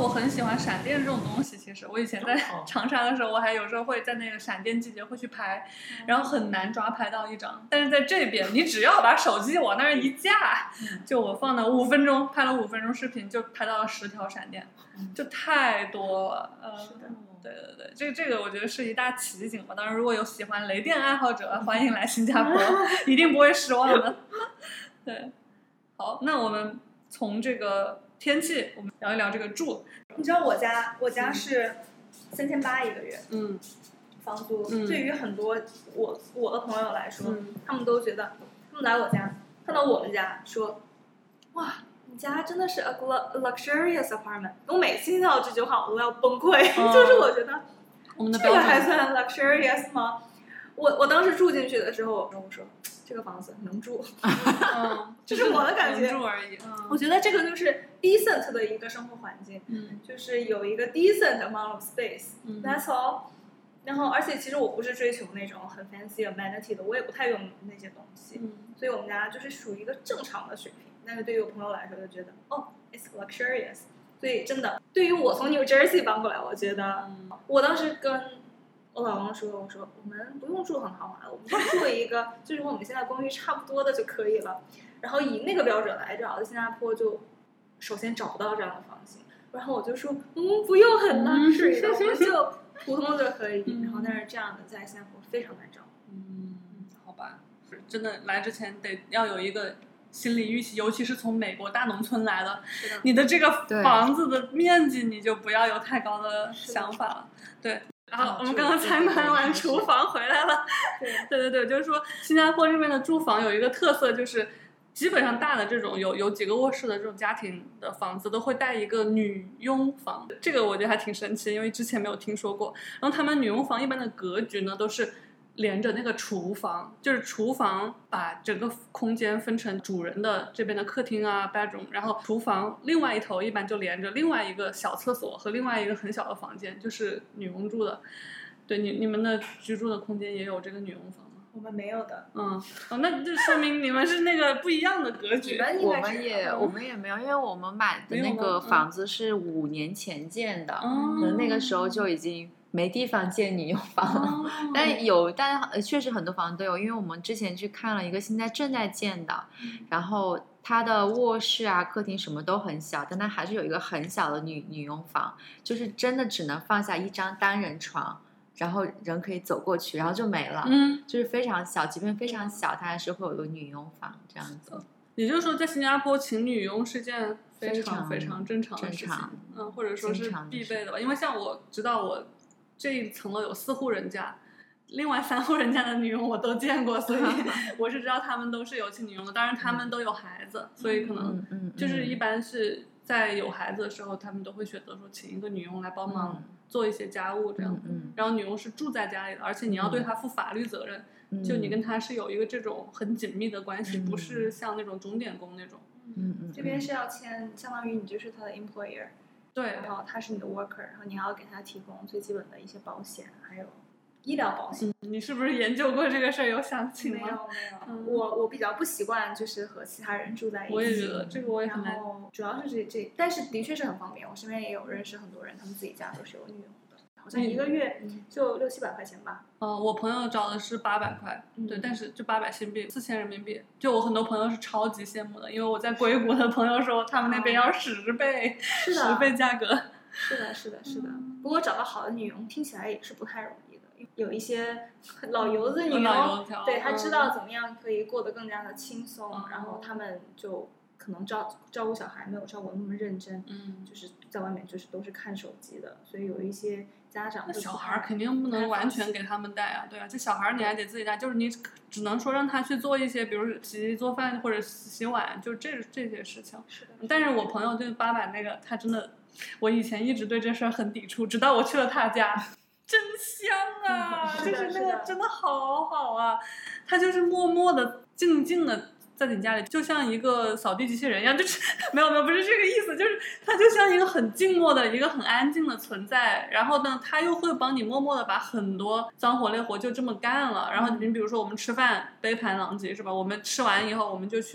我很喜欢闪电这种东西。其实我以前在长沙的时候，我还有时候会在那个闪电季节会去拍，然后很难抓拍到一张。但是在这边，你只要把手机往那儿一架，就我放了五分钟，拍了五分钟视频，就拍到了十条闪电，就太多了。呃， 是的。 对对对，这个这个我觉得是一大奇景吧。当然，如果有喜欢雷电爱好者，欢迎来新加坡，一定不会失望的。对，好，那我们从这个天气，我们聊一聊这个住。 你知道我家，我家是三千八一个月， 嗯， 房租。 嗯、 对于很多我我的朋友来说、 嗯， 他们都觉得，他们来我家看到我们家说，哇。你家真的是 a luxurious apartment。我每次听到这句话，我都要崩溃。哦、就是我觉得， 我们的这个还算 luxurious 吗？我我当时住进去的时候，我说这个房子能住， 嗯， 这是我的感觉， 能住而已。嗯、 我觉得这个就是 decent 的一个生活环境， 嗯， 就是有一个 decent amount of space， 嗯 that's all。然后，而且其实我不是追求那种很 fancy amenity 的，我也不太用那些东西， 嗯， 所以我们家就是属于一个正常的水平。但是对于我朋友来说，就觉得哦 ，it's luxurious。所以真的，对于我从 New Jersey 搬过来，我觉得， 嗯、 我当时跟我老公说，我说我们不用住很豪华的，我们就住一个就是和我们现在公寓差不多的就可以了。然后以那个标准来找，在新加坡就首先找不到这样的房型。然后我就说，嗯，不用很 luxury 的，我们就普通就可以。然后但是这样的在新加坡非常难找。 嗯，好吧，是真的来之前得要有一个心理预期，尤其是从美国大农村来的， 的你的这个房子的面积你就不要有太高的想法了。对，然后我们刚刚参观完厨房回来了。 对对对对，就是说新加坡这边的住房有一个特色，就是基本上大的这种有有几个卧室的这种家庭的房子都会带一个女佣房，这个我觉得还挺神奇，因为之前没有听说过。然后他们女佣房一般的格局呢都是连着那个厨房，就是厨房把整个空间分成主人的这边的客厅啊 bedroom， 然后厨房另外一头一般就连着另外一个小厕所和另外一个很小的房间，就是女佣住的。对，你你们的居住的空间也有这个女佣房吗？ 我们没有的。 嗯，哦，那就说明你们是那个不一样的格局。 我们也我们也没有，因为我们买的那个房子是五年前建的，嗯、那个时候就已经没地方建女佣房了。哦、但有，但确实很多房子都有，因为我们之前去看了一个现在正在建的，嗯、然后它的卧室啊、客厅什么都很小，但它还是有一个很小的女女佣房，就是真的只能放下一张单人床。然后人可以走过去，然后就没了。 嗯， 就是非常小，即便非常小，它还是会有一个女佣房这样子。 也就是说，在新加坡请女佣是件非常非常正常的事情，嗯，或者说是必备的吧。因为像我知道，我这一层楼有四户人家，另外三户人家的女佣我都见过，所以我是知道他们都是有请女佣的。当然，他们都有孩子，所以可能就是一般是在有孩子的时候，他们都会选择说请一个女佣来帮忙。嗯做一些家务这样子， 嗯嗯、 然后女佣是住在家里的，而且你要对她负法律责任，嗯、就你跟她是有一个这种很紧密的关系，嗯、不是像那种钟点工那种。 嗯嗯，这边是要签，相当于你就是他的 employer， 对， 然后他是你的 worker， 然后你还要给他提供最基本的一些保险，还有医疗保险。 嗯、你是不是研究过这个事儿？有详情吗？ 没有没有，嗯、我我比较不习惯，就是和其他人住在一起。 我也觉得这个我也很难。 然后主要是这这，但是的确是很方便。我身边也有认识很多人，他们自己家都是有女佣的，好像一个月就六七百块钱吧。 嗯、呃，我朋友找的是八百块，嗯、对，但是就八百新币，四千人民币。就我很多朋友是超级羡慕的，因为我在硅谷的朋友说他们那边要十倍， 是的， 十倍价格。 是的，是的，是的。不过找到好的女佣听起来也是不太容易的。有一些老油子女佣，对，他知道怎么样可以过得更加的轻松，嗯、然后他们就可能照照顾小孩没有照顾那么认真， 嗯， 就是在外面就是都是看手机的，所以有一些家长那小孩肯定不能完全给他们带啊，对啊，这小孩你还得自己带，就是你只能说让他去做一些，比如洗做饭或者洗碗，就这这些事情。 是的。 但是我朋友就是八百那个，他真的，我以前一直对这事儿很抵触，直到我去了他家。真香啊！ 嗯、 就是那个真的好好啊，他就是默默的、静静的在你家里，就像一个扫地机器人一样，就是没有没有不是这个意思，就是他就像一个很静默的、一个很安静的存在。然后呢，他又会帮你默默的把很多脏活累活就这么干了。然后你比如说我们吃饭杯盘狼藉是吧？我们吃完以后，我们就去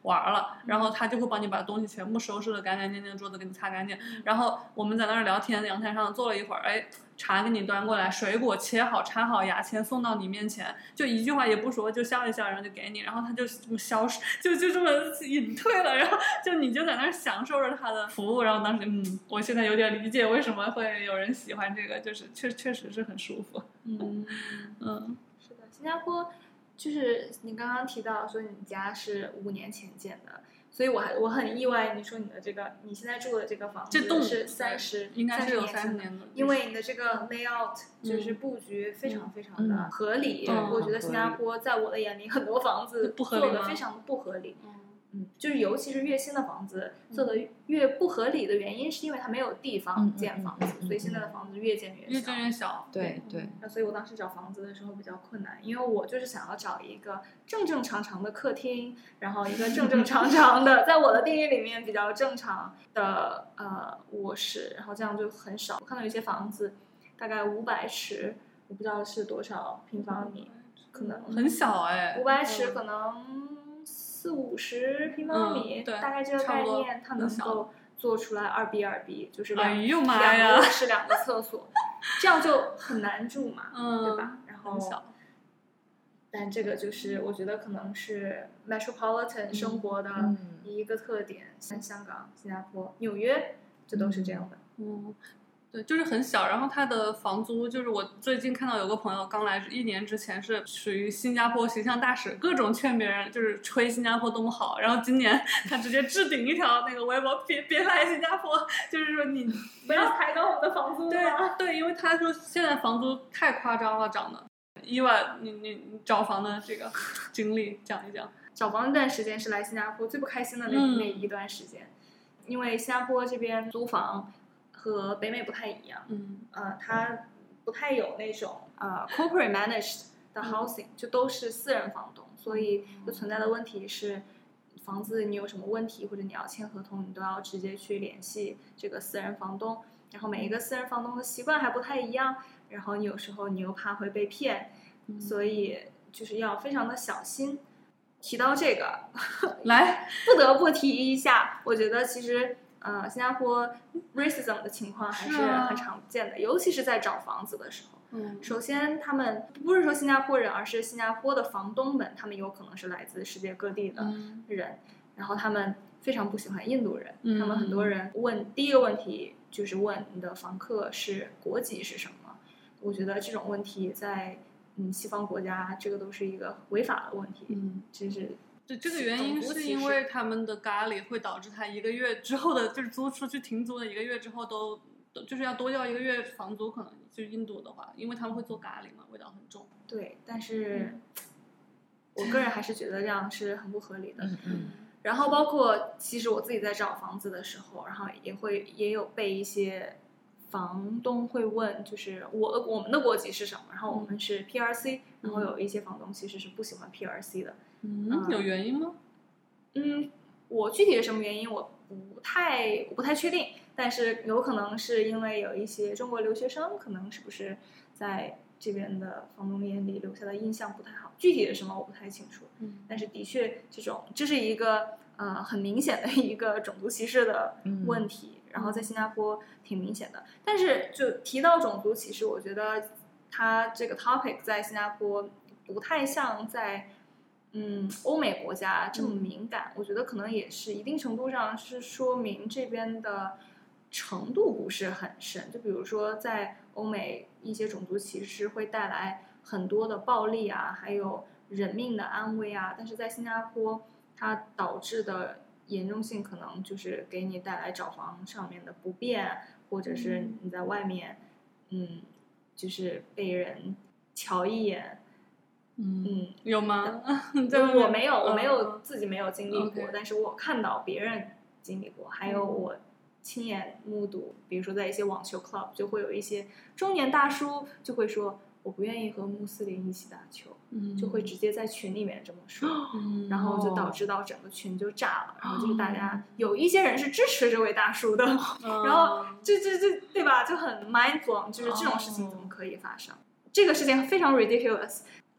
玩了，然后他就会帮你把东西全部收拾的干干净净，桌子给你擦干净。然后我们在那儿聊天，阳台上坐了一会儿，哎，茶给你端过来，水果切好插好，牙签送到你面前，就一句话也不说，就笑一笑，然后就给你，然后他就这么消失，就就这么隐退了，然后就你就在那儿享受着他的服务。然后当时嗯，我现在有点理解为什么会有人喜欢这个，就是确确实是很舒服。 嗯嗯， 是的，新加坡就是你刚刚提到说你家是五年前建的，所以我还我很意外，你说你的这个你现在住的这个房子这栋是三十， 应该是有三十年的， 因为你的这个 layout 就是布局非常非常的合理。 嗯、 我觉得新加坡在我的眼里，很多房子做的非常的不合理。嗯，就是尤其是越新的房子做的越不合理的原因，是因为它没有地方建房子，所以现在的房子越建越小。 越建越小， 对对。 那所以我当时找房子的时候比较困难，因为我就是想要找一个正正常常的客厅，然后一个正正常常的，在我的定义里面比较正常的呃卧室，然后这样就很少。我看到有些房子大概五百尺，我不知道是多少平方米，可能很小哎， 五百尺可能。四五十平方米、 嗯， 大概这个概念，它能够做出来二 B 二 B， 就是两、 哎呦妈呀，两个卧室两个厕所，这样就很难住嘛， 嗯、 对吧？然后，但这个就是我觉得可能是 metropolitan 生活的一个特点，像、嗯、香港、新加坡、纽约，这都是这样的。 嗯。对，就是很小，然后它的房租就是我最近看到有个朋友刚来一年之前是属于新加坡形象大使，各种劝别人就是吹新加坡多么好，然后今年他直接置顶一条那个微博，别别来新加坡，就是说你不要抬高我们的房租。 对对，因为他说现在房租太夸张了涨的。伊娃，你你你找房的这个经历讲一讲。 找房那段时间是来新加坡最不开心的那、嗯、那一段时间，因为新加坡这边租房和北美不太一样， 嗯， 呃，它不太有那种呃 corporate managed 的 housing，、嗯、就都是私人房东，所以就存在的问题是，房子你有什么问题或者你要签合同，你都要直接去联系这个私人房东，然后每一个私人房东的习惯还不太一样，然后你有时候你又怕会被骗， 嗯、 所以就是要非常的小心。提到这个， 来不得不提一下，我觉得其实。呃，新加坡 racism 的情况还是很常见的， 啊、 尤其是在找房子的时候。 嗯， 首先他们不是说新加坡人，而是新加坡的房东们，他们有可能是来自世界各地的人，嗯、然后他们非常不喜欢印度人， 嗯、 他们很多人问第一个问题就是问你的房客是国籍是什么。我觉得这种问题在嗯西方国家，这个都是一个违法的问题。 嗯， 这是。 对，这个原因是因为他们的咖喱会导致他一个月之后的，就是租出去停租的一个月之后都，都就是要多交一个月房租，可能就是印度的话，因为他们会做咖喱嘛，味道很重。 对，但是、嗯、我个人还是觉得这样是很不合理的。 嗯嗯。 然后包括其实我自己在找房子的时候，然后也会也有被一些房东会问，就是我我们的国籍是什么？然后我们是 P R C，、嗯、然后有一些房东其实是不喜欢 P R C 的。 嗯，有原因吗？ 嗯，我具体是什么原因我不太我不太确定，但是有可能是因为有一些中国留学生，可能是不是在这边的房东眼里留下的印象不太好，具体是什么我不太清楚。 嗯， 但是的确这种这是一个呃很明显的一个种族歧视的问题，嗯、然后在新加坡挺明显的。但是就提到种族歧视，我觉得它这个 topic 在新加坡不太像在。嗯，欧美国家这么敏感、嗯，我觉得可能也是一定程度上是说明这边的程度不是很深。就比如说，在欧美一些种族歧视会带来很多的暴力啊，还有人命的安危啊，但是在新加坡，它导致的严重性可能就是给你带来找房上面的不便，或者是你在外面，嗯，就是被人瞧一眼。 嗯，有吗？ 我没有，我没有自己没有经历过， okay. 但是我看到别人经历过，还有我亲眼目睹，比如说在一些网球 club 就会有一些中年大叔就会说我不愿意和穆斯林一起打球， 嗯、 就会直接在群里面这么说， 嗯、 然后就导致到整个群就炸了，然后就是大家有一些人是支持这位大叔的， 嗯、 然后这这这对吧，就很 mind blown，就是这种事情怎么可以发生？这个事情非常 ridiculous。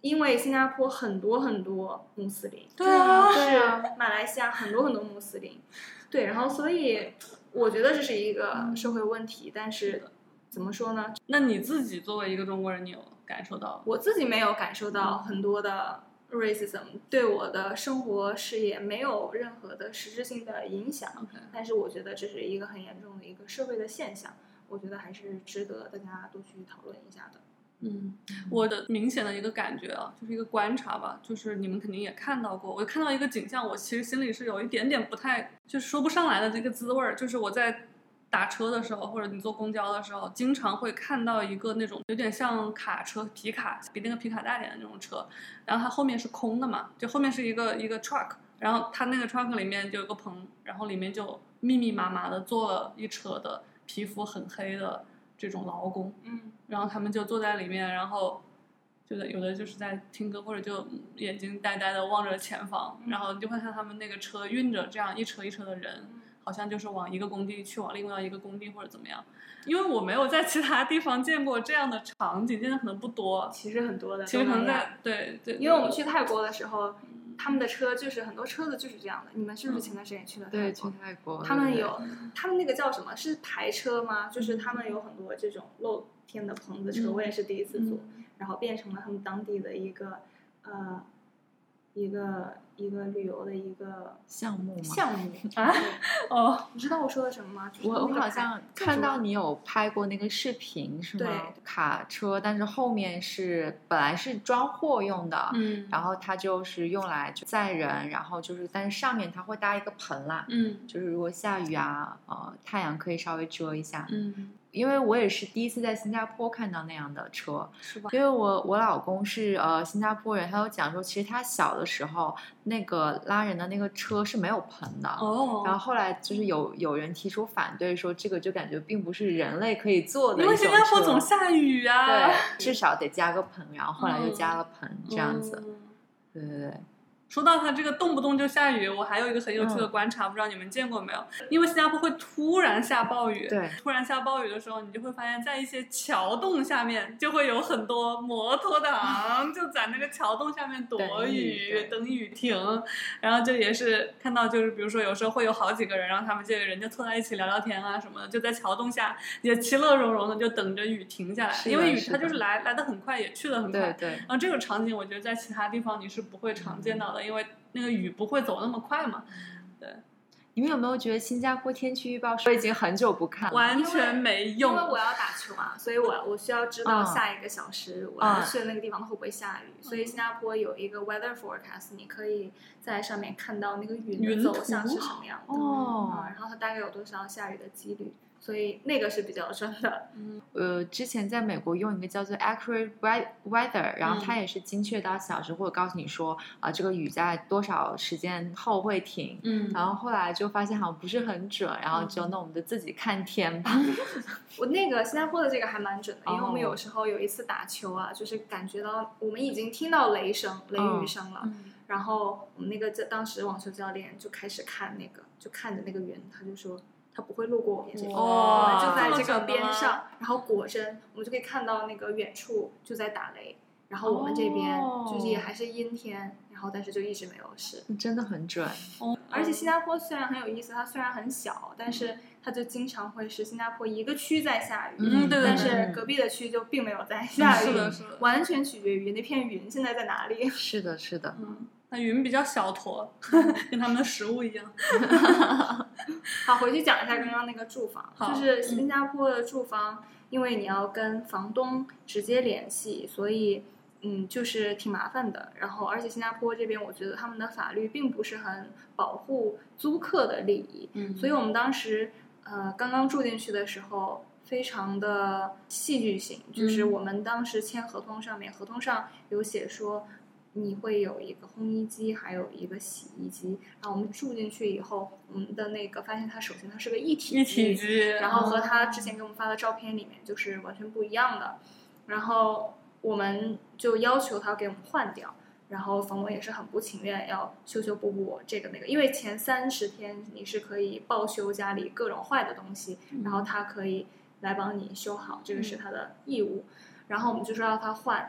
因为新加坡很多很多穆斯林， 对啊， 对啊，马来西亚很多很多穆斯林，对，然后所以我觉得这是一个社会问题，但是怎么说呢？ 那你自己作为一个中国人，你有感受到？ 我自己没有感受到很多的 racism 对我的生活事业没有任何的实质性的影响， okay. 但是我觉得这是一个很严重的一个社会的现象，我觉得还是值得大家多去讨论一下的。 嗯，我的明显的一个感觉啊，就是一个观察吧，就是你们肯定也看到过，我看到一个景象，我其实心里是有一点点不太，就是说不上来的这个滋味儿，就是我在打车的时候，或者你坐公交的时候，经常会看到一个那种有点像卡车皮卡，比那个皮卡大点的那种车，然后它后面是空的嘛，就后面是一个一个 truck， 然后它那个 truck 里面就有个棚，然后里面就密密麻麻的坐了一车的皮肤很黑的这种劳工， 嗯， 然后他们就坐在里面，然后就有的就是在听歌，或者就眼睛呆呆的望着前方， 嗯、 然后你就会看他们那个车运着这样一车一车的人， 嗯、 好像就是往一个工地去往另外一个工地或者怎么样。因为我没有在其他地方见过这样的场景，见的可能不多， 其实很多的， 其实可能在对对， 因为我们去泰国的时候。他们的车就是很多车子就是这样的，你们是不是前段时间也去了泰国？ 对，去泰国。 他们有，他们那个叫什么？是排车吗？就是他们有很多这种露天的棚子车，嗯、我也是第一次坐，嗯、然后变成了他们当地的一个呃一个一个旅游的一个项目吗？ 项目啊？哦， 你知道我说的什么吗？就是、 我我好像看到你有拍过那个视频，是吗？ 对， 卡车，但是后面是本来是装货用的， 嗯， 然后它就是用来载人，然后就是但是上面它会搭一个棚啦， 嗯， 就是如果下雨啊，呃，太阳可以稍微遮一下， 嗯。 因为我也是第一次在新加坡看到那样的车， 是吧？ 因为我我老公是呃新加坡人，他有讲说，其实他小的时候那个拉人的那个车是没有棚的， 哦， 然后后来就是有有人提出反对，说这个就感觉并不是人类可以坐的一种车， 因为新加坡总下雨啊， 对，至少得加个棚，然后后来就加了棚，嗯、这样子， 嗯、 对对对。 说到它这个动不动就下雨，我还有一个很有趣的观察，嗯、不知道你们见过没有？因为新加坡会突然下暴雨， 对， 突然下暴雨的时候，你就会发现在一些桥洞下面就会有很多摩托党就在那个桥洞下面躲雨，等雨停，然后就也是看到就是比如说有时候会有好几个人，然后他们这个人就凑在一起聊聊天啊什么的，就在桥洞下也其乐融融的就等着雨停下来，因为雨它就是来来的很快，也去的很快， 对对。 然后这个场景我觉得在其他地方你是不会常见到的。因为那个雨不会走那么快嘛，对。 你们有没有觉得新加坡天气预报我已经很久不看了， 完全没用， 因为我要打球啊，所以我我需要知道下一个小时、嗯、我要去的那个地方会不会下雨、嗯、所以新加坡有一个 weather forecast， 你可以在上面看到那个云的走向是什么样的哦、 嗯，然后它大概有多少下雨的几率，所以那个是比较准的。 嗯，呃，之前在美国用一个叫做 accurate weather， 然后它也是精确到小时，或者告诉你说啊、呃，这个雨在多少时间后会停。 嗯， 然后后来就发现好像不是很准，然后就那我们就自己看天吧。 我那个新加坡的这个还蛮准的，因为我们有时候有一次打球啊，就是感觉到我们已经听到雷声、雷雨声了。 嗯， 然后我们那个当时网球教练就开始看那个，就看着那个云，他就说。他不会路过我们这边，我们就在这个边上，然后果真我们就可以看到那个远处就在打雷，然后我们这边就是也还是阴天，然后但是就一直没有事， 真的很准。 哦， 而且新加坡虽然很有意思，它虽然很小，但是它就经常会是新加坡一个区在下雨， 嗯，对对对， 但是隔壁的区就并没有在下雨， 是的，是的， 完全取决于那片云现在在哪里。 是的，是的， 嗯。那云比较小坨，跟他们的食物一样。 好，回去讲一下刚刚那个住房，就是新加坡的住房，嗯、因为你要跟房东直接联系，所以嗯，就是挺麻烦的。然后，而且新加坡这边，我觉得他们的法律并不是很保护租客的利益， 嗯， 所以我们当时呃刚刚住进去的时候。非常的戏剧性，就是我们当时签合同上面，嗯、合同上有写说你会有一个烘衣机，还有一个洗衣机。然后我们住进去以后，我们的那个发现它首先它是个一体一体机， 然后和他之前给我们发的照片里面就是完全不一样的。然后我们就要求他给我们换掉。然后房东也是很不情愿，要修修补补这个那个，因为前三十天你是可以报修家里各种坏的东西， 嗯、 然后他可以来帮你修好，这个是他的义务。嗯、然后我们就说要他换，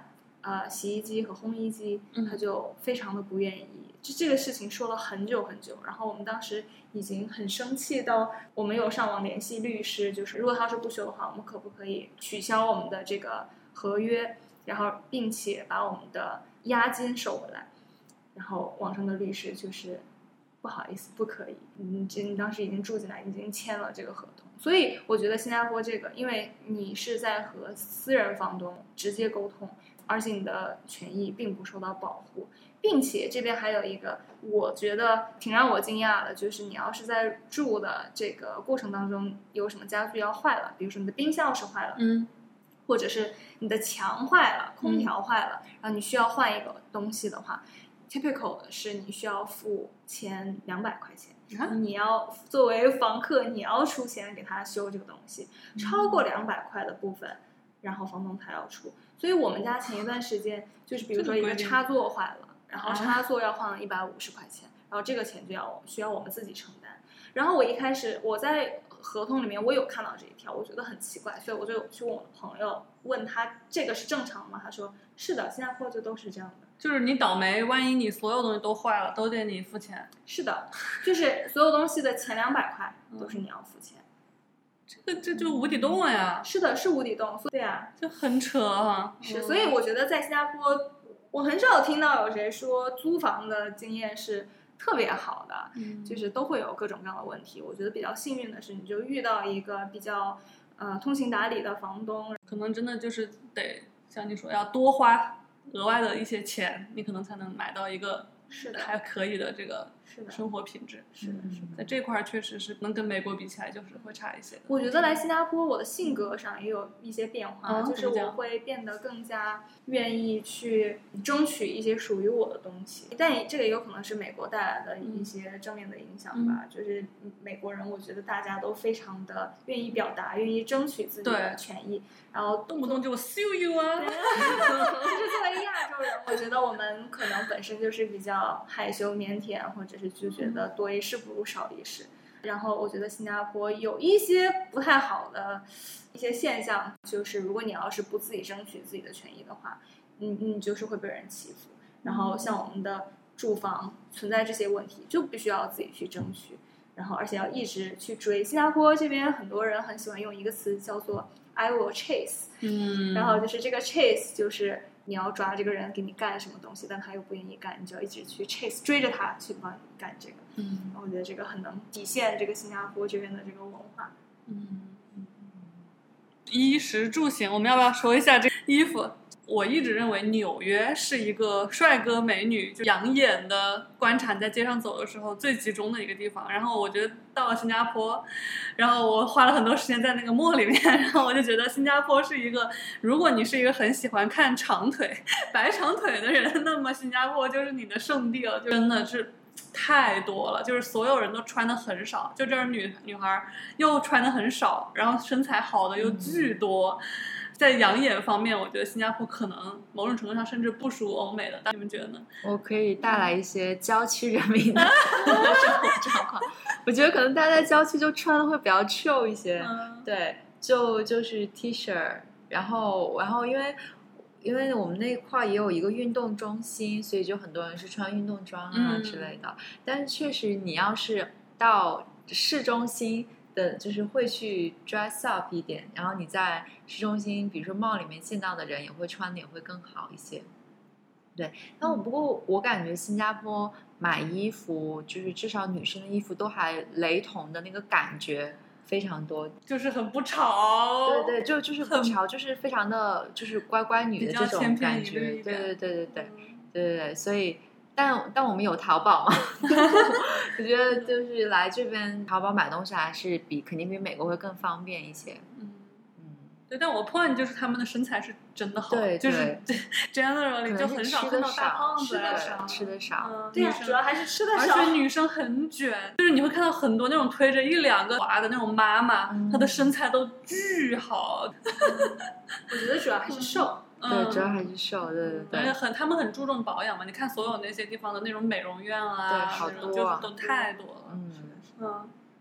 呃洗衣机和烘衣机， 嗯他就非常的不愿意。就这个事情说了很久很久，然后我们当时已经很生气到我们有上网联系律师，就是如果他要是不修的话，我们可不可以取消我们的这个合约，然后并且把我们的押金收回来。然后网上的律师就是不好意思，不可以，你你当时已经住进来，已经签了这个合同。所以我觉得新加坡这个，因为你是在和私人房东直接沟通，而且你的权益并不受到保护，并且这边还有一个我觉得挺让我惊讶的，就是你要是在住的这个过程当中有什么家具要坏了，比如说你的冰箱是坏了， 嗯， 或者是你的墙坏了，空调坏了，嗯、然后你需要换一个东西的话，typical 的是你需要付千两百块钱。 啊、 你要作为房客，你要出钱给他修这个东西，超过两百块的部分，然后房东他要出。所以我们家前一段时间就是，比如说一个插座坏了，然后插座要换了一百五十块钱，然后这个钱就要需要我们自己承担。然后我一开始我在合同里面我有看到这一条，我觉得很奇怪，所以我就去问我的朋友，问他这个是正常吗？他说是的，新加坡就都是这样的。 就是你倒霉，万一你所有东西都坏了，都得你付钱。 是的，就是所有东西的前两百块都是你要付钱。 嗯、这个这就无底洞了呀！ 是的，是无底洞。对啊， 就很扯啊。 是，所以我觉得在新加坡，我很少听到有谁说租房的经验是特别好的， 嗯、 就是都会有各种各样的问题。我觉得比较幸运的是，你就遇到一个比较呃通情达理的房东， 可能真的就是得像你说要多花额外的一些钱，你可能才能买到一个是的还可以的这个生活品质。 是的，是的， 在这块确实是能跟美国比起来，就是会差一些的。 我觉得来新加坡，我的性格上也有一些变化， 嗯、 就是我会变得更加愿意去争取一些属于我的东西。但这个也有可能是美国带来的一些正面的影响吧。 嗯、 就是美国人，我觉得大家都非常的愿意表达，愿意争取自己的权益，然后动不动就 sue you 啊。 就是作为亚洲人，我觉得我们可能本身就是比较害羞腼腆，或者是就觉得多一事不如少一事。然后我觉得新加坡有一些不太好的一些现象，就是如果你要是不自己争取自己的权益的话，你你就是会被人欺负。然后像我们的住房存在这些问题，就必须要自己去争取，然后而且要一直去追。新加坡这边很多人很喜欢用一个词叫做 I will chase， 嗯， 然后就是这个 chase 就是你要抓这个人给你干什么东西，但他又不愿意干，你就要一直去 chase 追着他去帮你干这个。 嗯， 我觉得这个很能体现这个新加坡这边的这个文化。 嗯，衣食住行，我们要不要说一下这个衣服？我一直认为纽约是一个帅哥美女就养眼的观察，你在街上走的时候最集中的一个地方。然后我觉得到了新加坡，然后我花了很多时间在那个mall里面，然后我就觉得新加坡是一个，如果你是一个很喜欢看长腿白长腿的人，那么新加坡就是你的圣地了，就真的是太多了，就是所有人都穿的很少，就这儿女女孩又穿的很少，然后身材好的又巨多。嗯，在养眼方面，我觉得新加坡可能某种程度上甚至不输欧美的，你们觉得呢？ 我可以带来一些郊区人民的生活状况。我觉得可能大家在郊区就穿的会比较 chill 一些， 嗯、 对，就就是 T 恤，然后然后因为因为我们那块也有一个运动中心，所以就很多人是穿运动装啊、 嗯、 之类的。但是确实，你要是到市中心。的就是会去 dress up 一点，然后你在市中心比如说 mall 里面见到的人也会穿的也会更好一些。对，那我不过我感觉新加坡买衣服就是至少女生的衣服都还雷同的那个感觉非常多， 就是很不潮。 对对，就就是不潮，就是非常的就是乖乖女的这种感觉。对对对对对对对对，所以但但我们有淘宝嘛我觉得就是来这边淘宝买东西还是比肯定比美国会更方便一些。 嗯嗯，对，但我 point 就是他们的身材是真的好， 对， 就是 generally 就很少看到大胖子， 吃的少，吃的少。 嗯、 对呀、啊，主要还是吃的少， 而且女生很卷，就是你会看到很多那种推着一两个娃的那种妈妈，嗯、她的身材都巨好。 我觉得主要还是瘦。 嗯、对，主要还是瘦，对对对。 而且很，他们很注重保养嘛。你看所有那些地方的那种美容院啊， 对，好多、啊， 就是都太多了。 嗯嗯，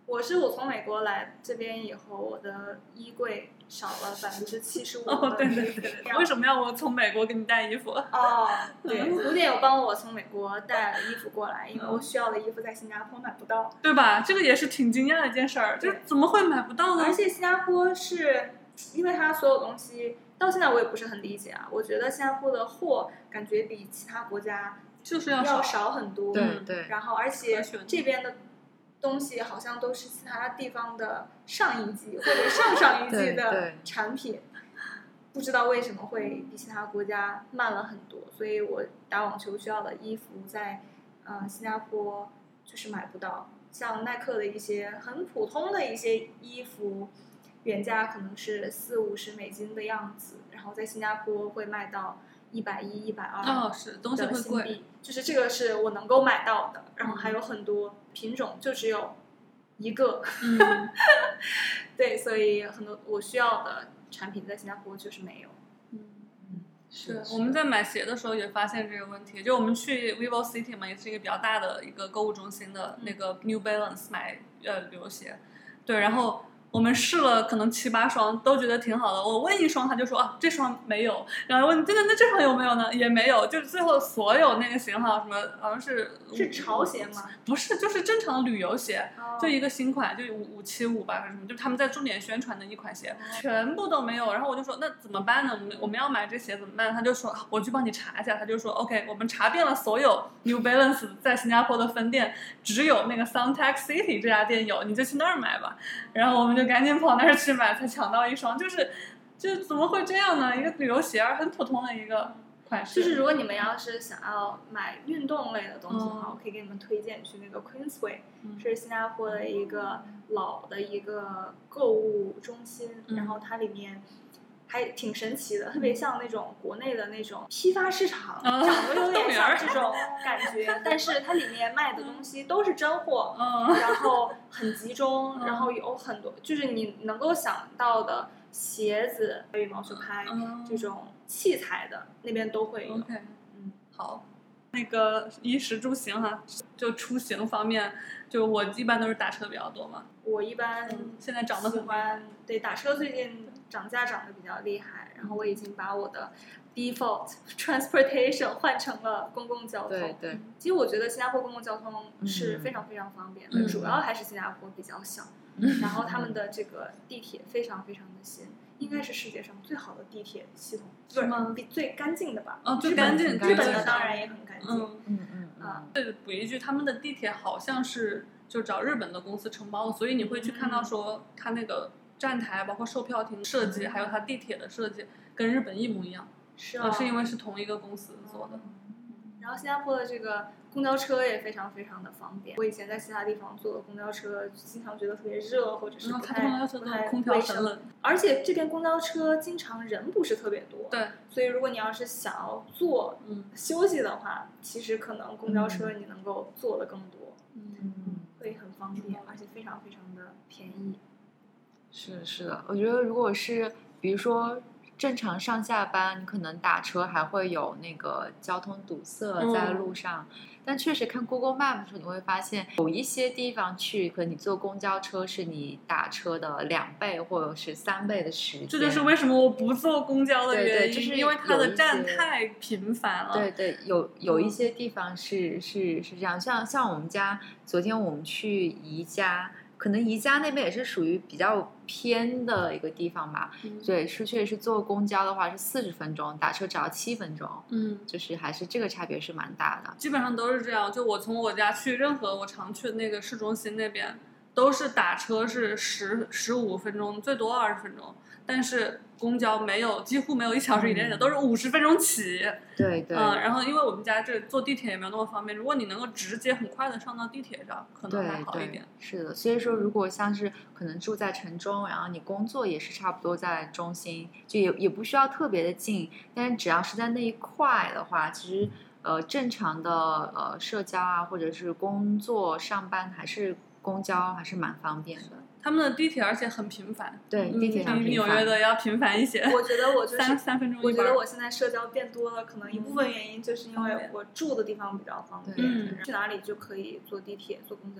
我是我从美国来这边以后，我的衣柜少了百分之七十五。 哦，对对对对，为什么要我从美国给你带衣服？ 哦，对，古典有帮我从美国带了衣服过来，因为我需要的衣服在新加坡买不到， 对吧？这个也是挺惊讶的一件事儿，就是怎么会买不到呢？ 而且新加坡是因为它所有东西到现在我也不是很理解啊，我觉得新加坡的货感觉比其他国家就是要要少很多， 对对， 然后而且这边的东西好像都是其他地方的上一季或者上上一季的产品，不知道为什么会比其他国家慢了很多，所以我打网球需要的衣服在呃新加坡就是买不到，像耐克的一些很普通的一些衣服，原价可能是四五十美金的样子，然后在新加坡会卖到一百一、一百二。 哦，是东西会贵， 就是这个是我能够买到的，然后还有很多品种就只有一个， 嗯， 对，所以很多我需要的产品在新加坡就是没有。 嗯，是我们在买鞋的时候也发现这个问题，就我们去 Vivo City 嘛，也是一个比较大的一个购物中心的那个 New Balance 买呃旅游鞋，对，然后我们试了可能七八双，都觉得挺好的。我问一双，他就说啊这双没有，然后问真的那这双有没有呢？也没有，就是最后所有那个型号什么好像是是潮鞋吗？ 不是，就是正常的旅游鞋， 哦、 就一个新款，就五五七五吧还是什么，就是他们在重点宣传的一款鞋，全部都没有。然后我就说那怎么办呢？我们我们要买这鞋怎么办？他就说我去帮你查一下。他就说 OK， 我们查遍了所有 New Balance 在新加坡的分店，只有那个 Suntec City 这家店有，你就去那儿买吧。然后我们就赶紧跑那儿去买，才抢到一双。就是就怎么会这样呢？一个旅游鞋很普通的一个款式。 就是如果你们要是想要买运动类的东西的话，嗯、我可以给你们推荐去那个 Queensway，、嗯、是新加坡的一个老的一个购物中心，嗯、然后它里面还挺神奇的，特别像那种国内的那种批发市场，长得有点像这种感觉，但是它里面卖的东西都是真货，然后很集中，然后有很多就是你能够想到的鞋子、羽毛球拍这种器材的那边都会有。 Okay. 嗯，好。那个衣食住行哈，就出行方面，就我一般都是打车比较多嘛。 我一般现在涨得很喜欢，对，打车最近涨价涨得比较厉害，然后我已经把我的 default transportation 换成了公共交通。 对对， 其实我觉得新加坡公共交通是非常非常方便的， 嗯、 主要还是新加坡比较小，嗯、然后他们的这个地铁非常非常的新。应该是世界上最好的地铁系统， 是吗？ 比最干净的吧？ 哦，最干净。 日本的当然也很干净。 嗯嗯嗯啊，对，补一句，他们的地铁好像是就找日本的公司承包的，所以你会去看到说，它那个站台包括售票亭设计，还有它地铁的设计跟日本一模一样。 是啊， 是因为是同一个公司做的。 然后新加坡的这个公交车也非常非常的方便。我以前在其他地方坐公交车，经常觉得特别热，或者是不太不太卫生。而且这边公交车经常人不是特别多， 对。 所以如果你要是想要坐、嗯、休息的话，其实可能公交车你能够坐的更多， 嗯， 会很方便，而且非常非常的便宜。 是是的，我觉得如果是比如说。正常上下班，你可能打车还会有那个交通堵塞在路上，嗯、但确实看 Google Map 的时候，你会发现有一些地方去，可能你坐公交车是你打车的两倍或者是三倍的时间。 这就是为什么我不坐公交的原因， 对对就是因为它的站太频繁了。 对对，有有一些地方是、嗯、是是这样，像像我们家，昨天我们去宜家。可能宜家那边也是属于比较偏的一个地方吧，嗯、对，是确实是坐公交的话是四十分钟，打车只要七分钟， 嗯， 就是还是这个差别是蛮大的。 基本上都是这样，就我从我家去任何我常去的那个市中心那边，都是打车是十十五分钟，最多二十分钟，但是公交没有，几乎没有一小时以内的，嗯、都是五十分钟起。 对对。 嗯，然后因为我们家这坐地铁也没有那么方便，如果你能够直接很快的上到地铁上，可能还好一点。 是的，所以说如果像是可能住在城中，然后你工作也是差不多在中心，就也也不需要特别的近，但是只要是在那一块的话，其实呃正常的呃社交啊，或者是工作上班还是公交还是蛮方便的。 他们的地铁而且很频繁， 对，地铁很比纽约的要频繁一些。 我觉得我就是三三分钟一班。 我觉得我现在社交变多了，可能一部分原因就是因为我住的地方比较方便，嗯、去哪里就可以坐地铁、坐公交都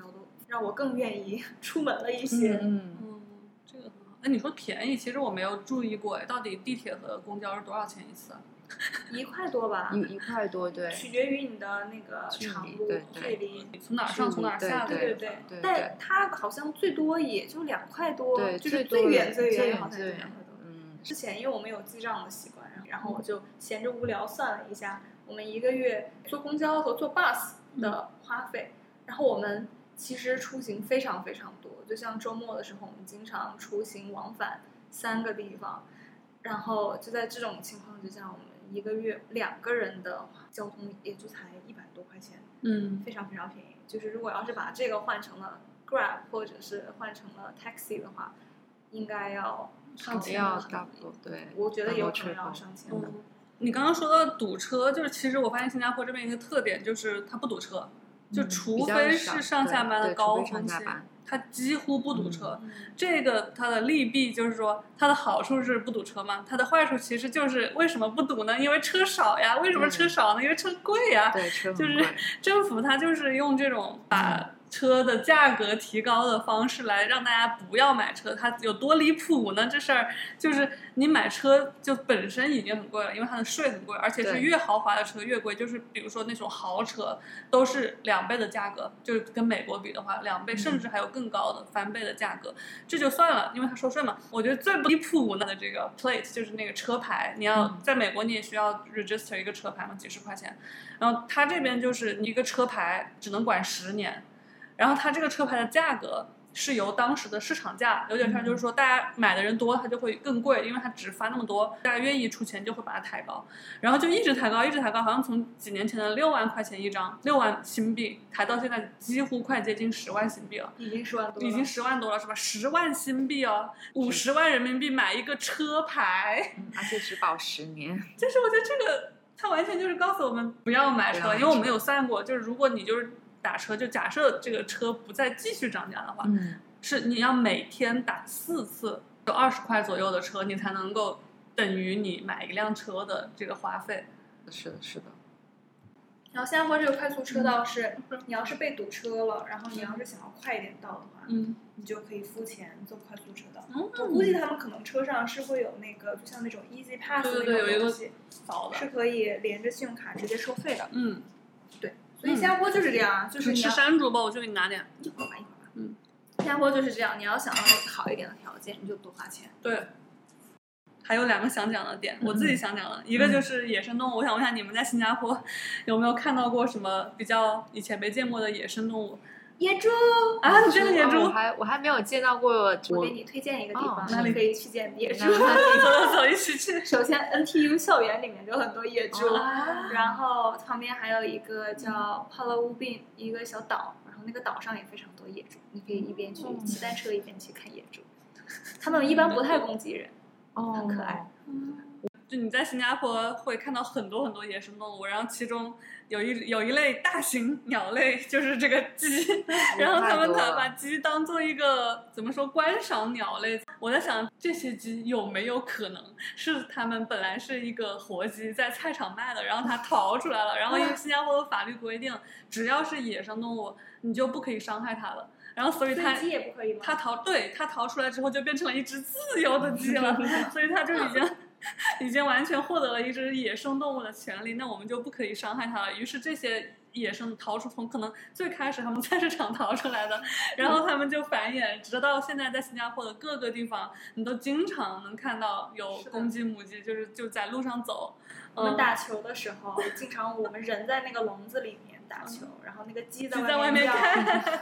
让我更愿意出门了一些。 嗯嗯，这个很好。哎，你说便宜，其实我没有注意过，哎，到底地铁和公交是多少钱一次啊？ 一块多吧， 一一块多，对， 取决于你的那个距离长路对对距离。 你从哪儿上从哪儿下的？ 对对对对但它好像最多也就两块多， 对， 就是最远最远好像最就两块多。 嗯， 之前因为我们有记账的习惯，然后我就闲着无聊算了一下，我们一个月坐公交和坐 bus 的花费，嗯、然后我们其实出行非常非常多，就像周末的时候，我们经常出行往返三个地方，然后就在这种情况之下，我们一个月两个人的交通也就才一百多块钱， 嗯， 非常非常便宜。就是如果要是把这个换成了 Grab 或者是换成了 Taxi 的话，应该要上千要大多，对， 我觉得有可能要上千的。 嗯，你刚刚说到堵车，就是其实我发现新加坡这边一个特点就是它不堵车，就除非是上下班的高峰期，它几乎不堵车。 嗯、 这个它的利弊就是说，它的好处是不堵车嘛，它的坏处其实就是为什么不堵呢？因为车少呀。为什么车少呢？因为车贵呀。 对，车很贵。 就是政府它就是用这种把车的价格提高的方式来让大家不要买车。它有多离谱呢？这事儿就是你买车就本身已经很贵了，因为它的税很贵，而且是越豪华的车越贵。就是比如说那种豪车都是两倍的价格，就是跟美国比的话两倍，甚至还有更高的翻倍的价格。这就算了，因为它收税嘛。我觉得最不离谱的这个 plate 就是那个车牌，你要在美国你也需要 register 一个车牌嘛，几十块钱。然后它这边就是你一个车牌只能管十年。然后它这个车牌的价格是由当时的市场价，有点像就是说大家买的人多，它就会更贵，因为它只发那么多，大家愿意出钱就会把它抬高，然后就一直抬高，一直抬高，好像从几年前的六万块钱一张，六万新币抬到现在几乎快接近十万新币了， 已经十万多了， 已经十万多了是吧？十万新币哦，五十万人民币买一个车牌， 嗯、而且只保十年， 就是我觉得这个它完全就是告诉我们不要买车，因为我们有算过，就是如果你就是打车，就假设这个车不再继续涨价的话， 嗯， 是你要每天打四次，有二十块左右的车，你才能够等于你买一辆车的这个花费。 是的，是的。 然后新加坡这个快速车道是，嗯、你要是被堵车了，然后你要是想要快一点到的话， 嗯， 你就可以付钱坐快速车道。 嗯、 我估计他们可能车上是会有那个，就像那种 Easy Pass 那种东西，是可以连着信用卡直接收费的。 嗯， 对。所以新加坡就是这样啊，嗯、就是你吃山竹吧，我就给你拿点。 一会儿吧，一会儿吧。 嗯， 新加坡就是这样，你要想要好一点的条件，你就多花钱。 对。还有两个想讲的点，我自己想讲的，嗯、一个就是野生动物。我想问一下，你们在新加坡有没有看到过什么比较以前没见过的野生动物？ 野猪啊！你见过野猪？ 哦、我还我还没有见到过。 我给你推荐一个地方， 哪里可以去见野猪？ 走走走，一起去。 首先 ，N T U 校园里面就有很多野猪， 啊、 然后旁边还有一个叫 Pulau Ubin 一个小岛，然后那个岛上也非常多野猪，你可以一边去骑单车一边去看野猪。他们一般不太攻击人， 哦、 很可爱。 嗯，就你在新加坡会看到很多很多野生动物，然后其中有一有一类大型鸟类，就是这个鸡，然后他们把鸡当做一个怎么说观赏鸟类。我在想，这些鸡有没有可能是他们本来是一个活鸡，在菜场卖的，然后它逃出来了，然后因为新加坡的法律规定，只要是野生动物，你就不可以伤害它了。然后所以它鸡也不可以吗？ 它逃对它逃出来之后就变成了一只自由的鸡了，所以它就已经已经完全获得了一只野生动物的权利。那我们就不可以伤害它了。于是这些野生逃出从可能最开始他们菜市场逃出来的，然后他们就繁衍，直到现在在新加坡的各个地方，你都经常能看到有公鸡母鸡，就是就在路上走。 我们打球的时候，嗯、经常我们人在那个笼子里面打球，嗯、然后那个鸡在外面看。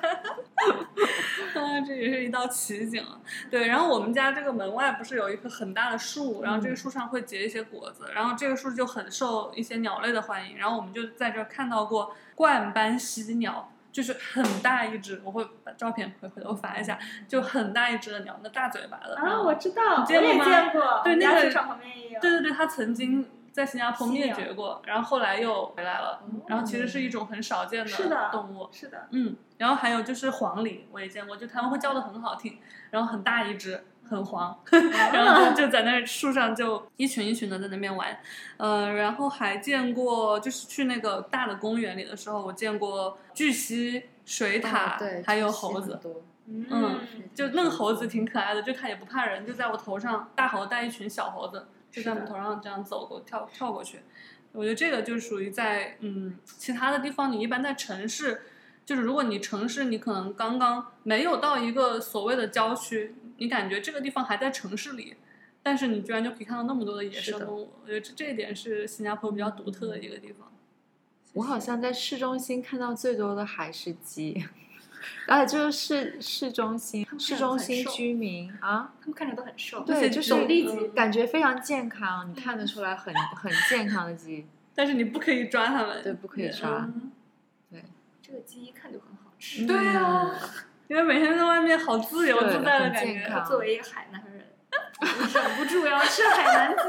啊，这也是一道奇景。对，然后我们家这个门外不是有一棵很大的树，然后这个树上会结一些果子，然后这个树就很受一些鸟类的欢迎。然后我们就在这儿看到过冠斑犀鸟，就是很大一只，我会把照片回回头发一下，就很大一只的鸟，那大嘴巴的。 啊，我知道， 你见过吗？ 我也见过， 对，那个场旁边也有。 对对对，它曾经在新加坡灭绝过，然后后来又回来了， 嗯、 然后其实是一种很少见的动物。 是的，是的， 嗯，然后还有就是黄鹂，我也见过，就他们会叫得很好听，然后很大一只，很黄，然后就就在那树上就一群一群的在那边玩，呃，然后还见过就是去那个大的公园里的时候，我见过巨蜥水獭， 哦、对， 还有猴子。 嗯， 嗯，就那个猴子挺可爱的，就它也不怕人，就在我头上，大猴带一群小猴子就在我们头上这样走过跳跳过去。我觉得这个就属于在嗯其他的地方，你一般在城市，就是如果你城市你可能刚刚没有到一个所谓的郊区，你感觉这个地方还在城市里，但是你居然就可以看到那么多的野生动物。我觉得这这一点是新加坡比较独特的一个地方。 我好像在市中心看到最多的还是鸡。而且就是市市中心，市中心居民啊， 他们看着都很瘦， 对，就是走地鸡， 感觉非常健康，你看得出来很很健康的鸡， 但是你不可以抓它们， 对，不可以抓， 嗯、 对，这个鸡一看就很好吃， 对啊，因为每天在外面好自由自在的感觉。 作为一个海南人，忍不住要吃海南鸡。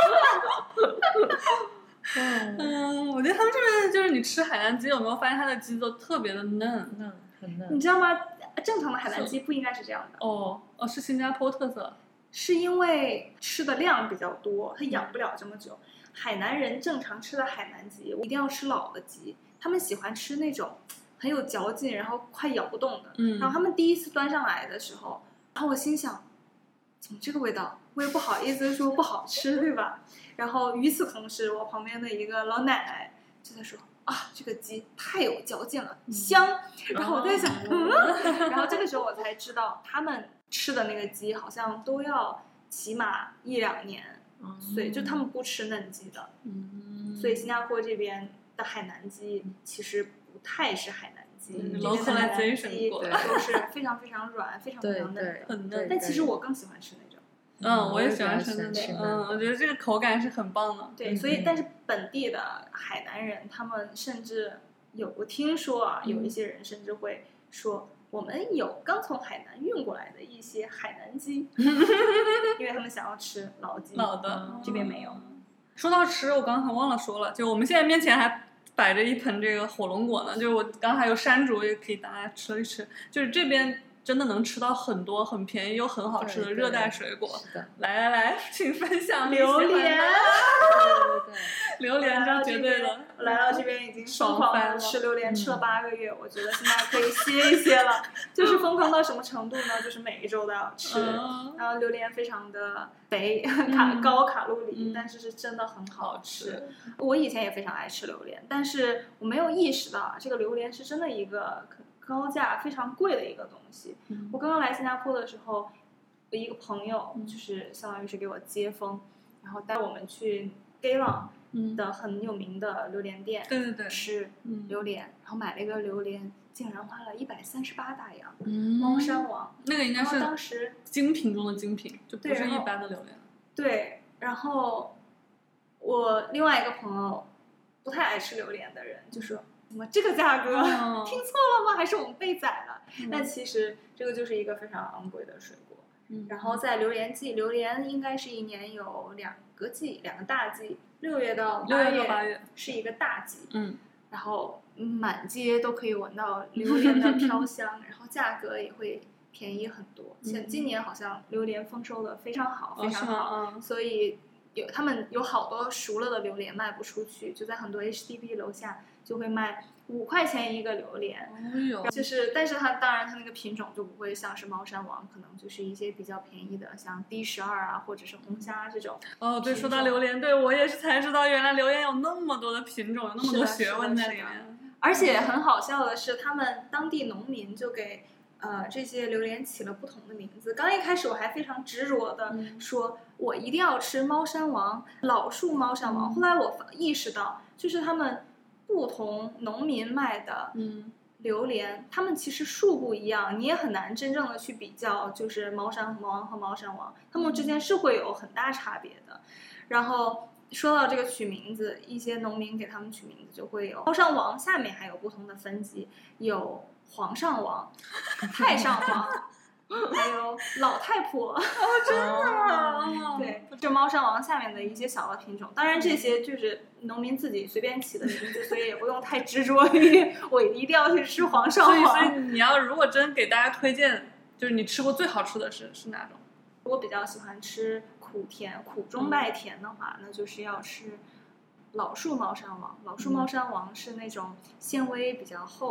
嗯，我觉得他们这边就是你吃海南鸡，有没有发现它的鸡都特别的嫩嫩？ 你知道吗？正常的海南鸡不应该是这样的。 哦哦，是新加坡特色， 是因为吃的量比较多，它养不了这么久。海南人正常吃的海南鸡，一定要吃老的鸡，他们喜欢吃那种很有嚼劲，然后快咬不动的。 嗯。 然后他们第一次端上来的时候，然后我心想，怎么这个味道？我也不好意思说不好吃，对吧？然后与此同时，我旁边的一个老奶奶就在说。啊，这个鸡太有嚼劲了，香。然后我在想，嗯，然后这个时候我才知道，他们吃的那个鸡好像都要起码一两年，所以就他们不吃嫩鸡的。 嗯， 所以新加坡这边的海南鸡其实不太是海南鸡， 嗯、 这边的海南鸡都是非常非常软、非常非常嫩的， 很嫩。 但其实我更喜欢吃那种。 嗯，我也喜欢吃嫩的。嗯，我觉得这个口感是很棒的。 对，所以但是本地的海南人，他们甚至有我听说啊，有一些人甚至会说，我们有刚从海南运过来的一些海南鸡，因为他们想要吃老鸡。 老的， 这边没有。 说到吃，我刚才忘了说了，就我们现在面前还摆着一盆这个火龙果呢，就是我刚还有山竹也可以大家吃一吃，就是这边。真的能吃到很多很便宜又很好吃的热带水果。 是的， 来来来，请分享榴莲。 榴莲这绝对的。 我来到这边已经疯狂的吃榴莲，吃了八个月，我觉得现在可以歇一歇了。就是疯狂到什么程度呢？就是每一周都要吃。 嗯、 然后榴莲非常的肥，卡高卡路里、嗯，但是是真的很好吃。我以前也非常爱吃榴莲，但是我没有意识到这个榴莲是真的一个高价非常贵的一个东西。 嗯、 我刚刚来新加坡的时候，我一个朋友就是相当于是给我接风，然后带我们去 Geylang 的很有名的榴莲店， 对对对， 吃榴莲、嗯，然后买了一个榴莲，竟然花了一百三十八大洋。 嗯， 猫山王那个应该是当时精品中的精品，就不是一般的榴莲。 对，然后我另外一个朋友不太爱吃榴莲的人就说。怎么这个价格、哦、听错了吗？还是我们被宰了？嗯、但其实这个就是一个非常昂贵的水果。 嗯、 然后在榴莲季，榴莲应该是一年有两个季，两个大季，六月到八月, 八月是一个大季。 嗯， 然后满街都可以闻到榴莲的飘香，然后价格也会便宜很多。像今年好像榴莲丰收的非常好， 嗯、 非常好， 哦、 所以有他们有好多熟了的榴莲卖不出去，就在很多 H D B 楼下。就会卖五块钱一个榴莲， 哦、 就是，但是它当然它那个品种就不会像是猫山王，可能就是一些比较便宜的，像 D 十二啊，或者是红虾这种。 哦，对，说到榴莲，对我也是才知道，原来榴莲有那么多的品种，有那么多学问在里面。 而且很好笑的是，他们当地农民就给呃这些榴莲起了不同的名字。刚一开始我还非常执着的说，嗯、我一定要吃猫山王、老树猫山王。嗯、后来我意识到，就是他们。不同农民卖的榴莲、嗯，他们其实树不一样，你也很难真正的去比较，就是猫山王和猫山王，他们之间是会有很大差别的。然后说到这个取名字，一些农民给他们取名字就会有猫山王，下面还有不同的分级，有皇上王、太上皇。还有老太婆哦，真的、 哦，对，就猫山王下面的一些小的品种，当然这些就是农民自己随便起的名字，所以也不用太执着于我一定要去吃皇上王。 所以，所以你要如果真给大家推荐，就是你吃过最好吃的是是哪种？ 我比较喜欢吃苦甜，苦中带甜的话，嗯、那就是要吃老树猫山王。老树猫山王是那种纤维比较厚。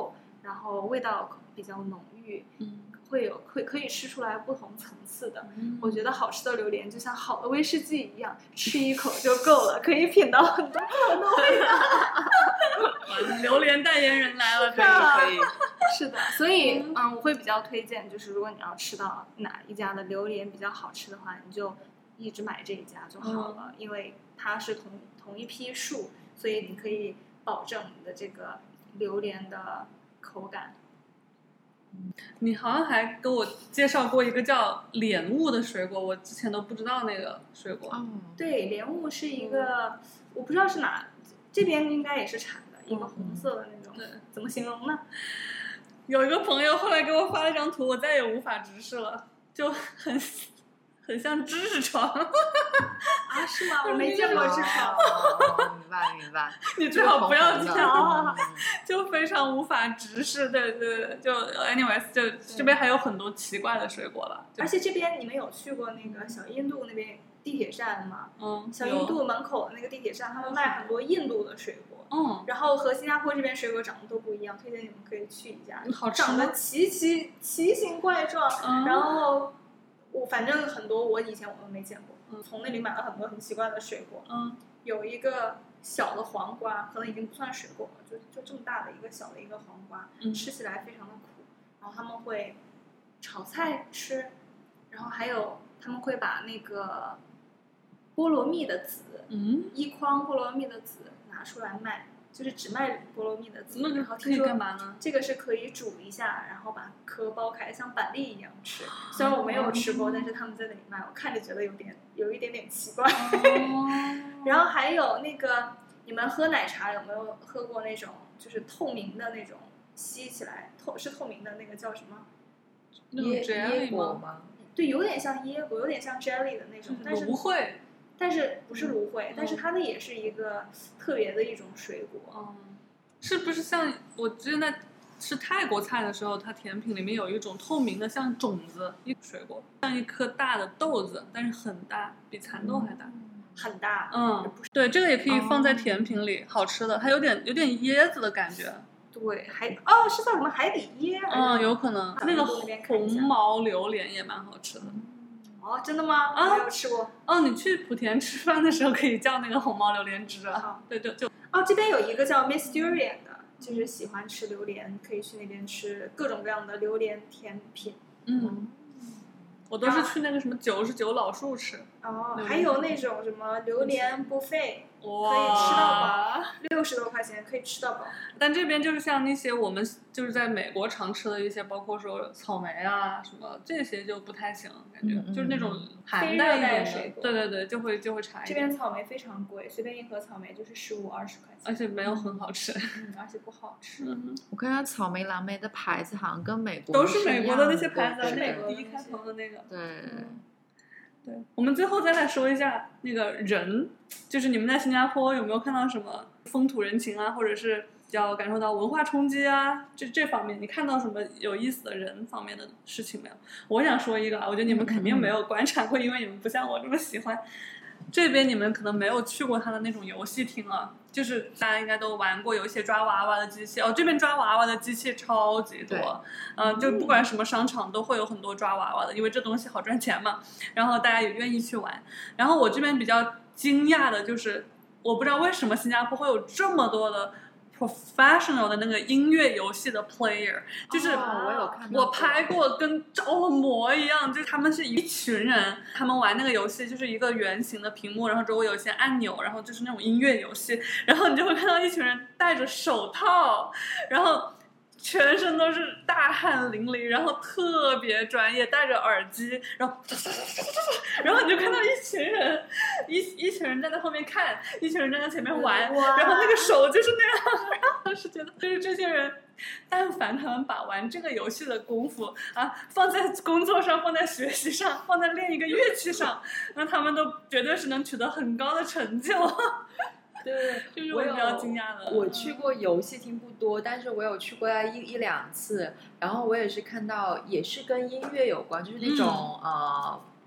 然后味道比较浓郁， 嗯， 会有会可以吃出来不同层次的。 嗯我觉得好吃的榴莲就像好的威士忌一样，吃一口就够了，可以品到很多不同的味道。 榴莲代言人来了，可以可以。 是的，所以嗯，我会比较推荐，就是如果你要吃到哪一家的榴莲比较好吃的话，你就一直买这一家就好了，嗯、因为它是同同一批树，所以你可以保证你的这个榴莲的口感。 你好像还给我介绍过一个叫莲雾的水果，我之前都不知道那个水果。 哦， 对，莲雾是一个，嗯、我不知道是哪，这边应该也是产的，一个红色的那种。 对， 怎么形容呢？ 有一个朋友后来给我发了一张图，我再也无法直视了，就很很像知识床。 啊，是吗？我没见过这床。 哦，明白明白。 你最好不要讲， 嗯、 就非常无法直视。对对对，就 anyways， 就这边还有很多奇怪的水果了。 而且这边你们有去过那个小印度那边地铁站吗？ 嗯， 小印度门口的那个地铁站，他们卖很多印度的水果。 嗯， 然后和新加坡这边水果长得都不一样，推荐你们可以去一下。 好吃吗？ 长得奇奇奇形怪状， 嗯、 然后我反正很多我以前我都没见过，嗯、从那里买了很多很奇怪的水果。 嗯， 有一个小的黄瓜，可能已经不算水果了，就就这么大的一个小的一个黄瓜， 嗯、 吃起来非常的苦。然后他们会炒菜吃，然后还有他们会把那个菠萝蜜的籽， 嗯， 一筐菠萝蜜的籽拿出来卖，就是只卖菠萝蜜的籽。 那然后可以干嘛呢？ 这个是可以煮一下，然后把壳剥开，像板栗一样吃。虽然我没有吃过，但是他们在那里卖，我看着觉得有点有一点点奇怪。 哦、 然后还有那个，你们喝奶茶有没有喝过那种就是透明的那种吸起来透是透明的那个叫什么？ 那种 jelly 吗？ 对，有点像椰果，有点像 jelly 的那种，但是芦荟。 但是不是芦荟、 嗯， 但是它的也是一个特别的一种水果。 嗯，是不是像我之前在吃泰国菜的时候，它甜品里面有一种透明的像种子一水果，像一颗大的豆子，但是很大，比蚕豆还大， 嗯、很大。 嗯，对，这个也可以放在甜品里，哦、好吃的，它有点有点椰子的感觉。 对，海哦是叫什么海底椰？ 嗯，有可能。那个红毛榴莲也蛮好吃的。 哦，真的吗？ 啊， 我没有吃过。 哦，你去莆田吃饭的时候可以叫那个红毛榴莲汁啊。对，就就。 哦，这边有一个叫 Miss Durian 的，就是喜欢吃榴莲，可以去那边吃各种各样的榴莲甜品。 嗯，我都是去那个什么九十九老树吃。 哦，还有那种什么榴莲 buffet， 哇， 可以吃到饱，六十多块钱可以吃到饱。 但这边就是像那些我们就是在美国常吃的一些，包括说草莓啊什么这些就不太行，感觉、嗯、就是那种寒带一点的水果。对对对，就会就会差一点。 这边草莓非常贵，随便一盒草莓就是十五二十块钱， 而且没有很好吃， 嗯，而且不好吃。 嗯、 我看它草莓、蓝莓的牌子好像跟美国都是美国的那些牌子，那个 D 开头的那个。 对。 嗯对，我们最后再来说一下那个人，就是你们在新加坡有没有看到什么风土人情啊，或者是比较感受到文化冲击啊，这这方面你看到什么有意思的人方面的事情没有？我想说一个啊，我觉得你们肯定没有观察过，因为你们不像我这么喜欢。这边你们可能没有去过他的那种游戏厅啊，就是大家应该都玩过有一些抓娃娃的机器哦，这边抓娃娃的机器超级多，嗯、呃，就不管什么商场都会有很多抓娃娃的，因为这东西好赚钱嘛，然后大家也愿意去玩。然后我这边比较惊讶的就是，我不知道为什么新加坡会有这么多的professional 的那个音乐游戏的 player， 就是我拍过跟着了魔一样，就是他们是一群人，他们玩那个游戏就是一个圆形的屏幕，然后周围有一些按钮，然后就是那种音乐游戏，然后你就会看到一群人戴着手套，然后全身都是大汗淋漓，然后特别专业，戴着耳机，然后然后你就看到一群人一一群人站在后面看，一群人站在前面玩，然后那个手就是那样，然后当时觉得就是这些人但凡他们把玩这个游戏的功夫啊放在工作上，放在学习上，放在练一个乐器上，那他们都绝对是能取得很高的成就。 对， 就是我比较惊讶的。 我去过游戏厅不多，但是我有去过一一两次，然后我也是看到，也是跟音乐有关，就是那种、嗯、呃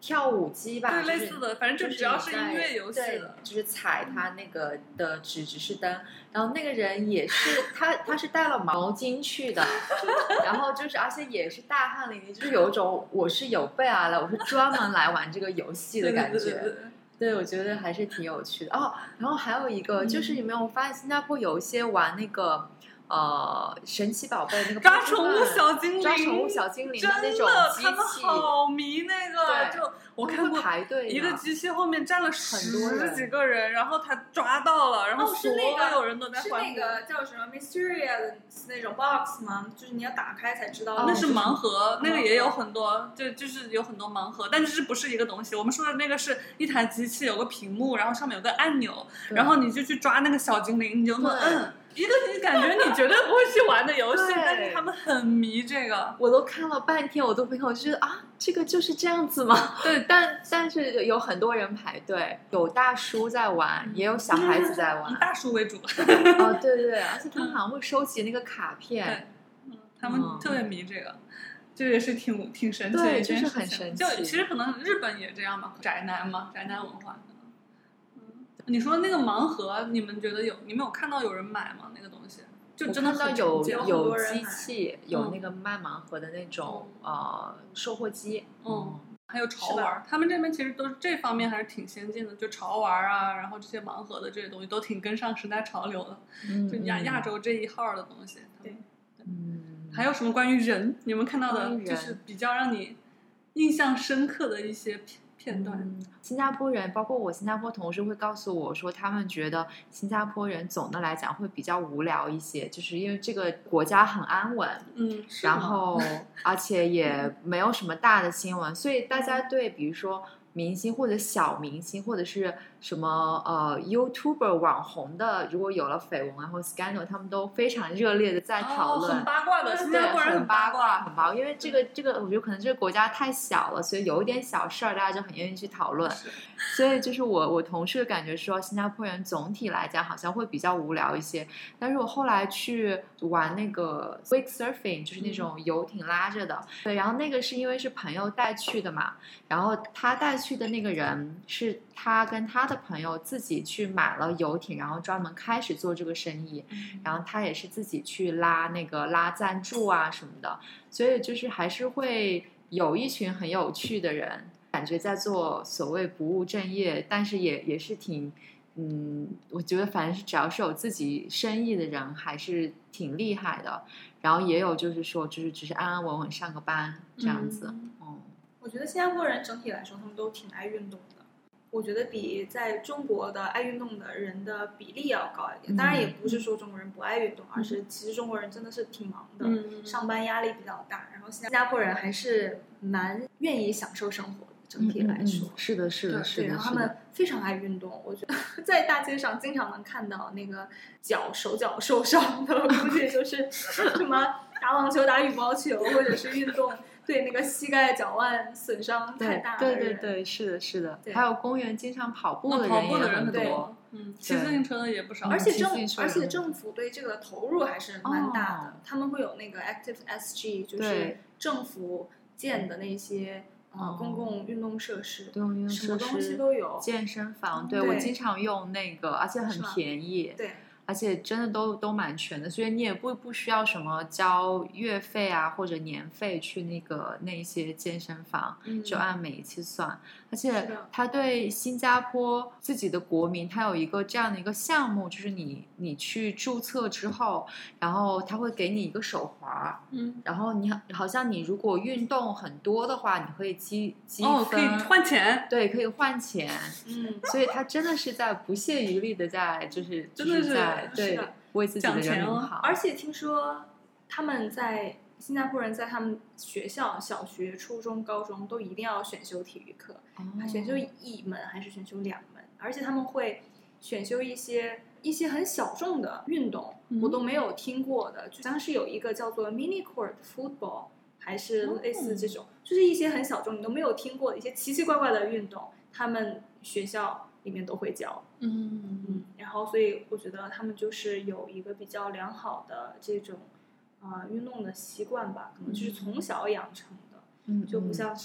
跳舞机吧， 对，类似的，反正就只要是音乐游戏的， 就是踩它那个的指指示灯，然后那个人也是他，他是带了毛巾去的，然后就是而且也是大汗淋漓，就是有一种我是有备而来，我是专门来玩这个游戏的感觉。 对对对对对，我觉得还是挺有趣的哦。然后还有一个、嗯、就是你没有发现新加坡有一些玩那个。呃，神奇宝贝那个抓宠物小精灵， 抓宠物小精灵的那种机器， 他们好迷那个。就我看过排队， 一个机器后面站了很多十几个人，然后他抓到了，然后所有人都在欢呼。 是那个叫什么 Mysteria 的那种 box 吗？就是你要打开才知道。 那是盲盒，那个也有很多，就就是有很多盲盒，但是不是一个东西。我们说的那个是一台机器，有个屏幕，然后上面有个按钮，然后你就去抓那个小精灵，你就说嗯。一个你感觉你绝对不会去玩的游戏，但是他们很迷这个。 我都看了半天，我都没有，我就觉得啊，这个就是这样子吗？对，但但是有很多人排队，有大叔在玩，也有小孩子在玩， 以大叔为主。 哦，对对对，而且他们好像会收集那个卡片， 嗯，他们特别迷这个，这也是挺挺神奇的一件事情， 就是很神奇。 就其实可能日本也这样嘛，宅男嘛，宅男文化。你说那个盲盒，你们觉得有？你们有看到有人买吗？那个东西就真的很有有机器， 嗯、 有那个卖盲盒的那种、嗯、呃售货机， 嗯，还有潮玩，他们这边其实都是这方面还是挺先进的，就潮玩啊，然后这些盲盒的这些东西都挺跟上时代潮流的， 嗯、 就亚亚洲这一号的东西。 对， 嗯， 还有什么关于人？你们看到的就是比较让你印象深刻的一些片。片段、 嗯，新加坡人，包括我新加坡同事会告诉我说，他们觉得新加坡人总的来讲会比较无聊一些，就是因为这个国家很安稳， 嗯， 然后而且也没有什么大的新闻，所以大家对比如说明星或者小明星或者是什么呃 YouTuber 网红的，如果有了绯闻啊或 scandal， 他们都非常热烈的在讨论， 哦、很八卦的，新加坡人很八卦，很八卦，因为这个这个，我觉得可能这个国家太小了，所以有一点小事儿，大家就很愿意去讨论。所以就是我我同事的感觉说，新加坡人总体来讲好像会比较无聊一些。但是我后来去玩那个 wake surfing， 就是那种游艇拉着的，嗯、对，然后那个是因为是朋友带去的嘛，然后他带去的那个人是他跟他的朋友自己去买了游艇，然后专门开始做这个生意， 嗯、 然后他也是自己去拉那个拉赞助啊什么的，所以就是还是会有一群很有趣的人，感觉在做所谓不务正业，但是也也是挺嗯，我觉得反正是只要是有自己生意的人还是挺厉害的，然后也有就是说就是只是安安稳稳上个班这样子。 嗯，嗯我觉得新加坡人整体来说他们都挺爱运动的，我觉得比在中国的爱运动的人的比例要高一点。当然也不是说中国人不爱运动，而是其实中国人真的是挺忙的， 嗯、 上班压力比较大，然后新加坡人还是蛮愿意享受生活的。整体来说， 嗯嗯、是的，是的，是的。 然后他们非常爱运动，我觉得在大街上经常能看到那个脚手脚受伤的，估计就是什么打网球、打羽毛球，或者是运动对那个膝盖、脚腕损伤太大的人。 对对对对，是的，是的。还有公园经常跑步的人也很多，嗯，骑自行车的也不少。 而且政而且政府对这个投入还是蛮大的， 哦、 他们会有那个 Active S G， 就是政府建的那些。呃，公共运动设施， 对，运动设施什么东西都有， 健身房，对，对我经常用那个，而且很便宜， 对， 而且真的都都蛮全的，所以你也不不需要什么交月费啊或者年费去那个那些健身房， 嗯、 就按每一次算。而且他对新加坡自己的国民，他有一个这样的一个项目，就是你你去注册之后，然后他会给你一个手环， 嗯， 然后你好像你如果运动很多的话，你会积积分， 哦，可以换钱， 对，可以换钱， 嗯， 所以他真的是在不懈余力的在就是真的是在对为自己的人民好， 而且听说他们在。新加坡人在他们学校，小学、初中、高中都一定要选修体育课， 哦、 选修一门还是选修两门，而且他们会选修一些一些很小众的运动， 嗯、 我都没有听过的，就像是有一个叫做 mini court football， 还是类似这种， 哦、 就是一些很小众你都没有听过的一些奇奇怪怪的运动，他们学校里面都会教， 嗯嗯，然后所以我觉得他们就是有一个比较良好的这种。啊、呃，运动的习惯吧，可能就是从小养成的， 嗯， 就不像是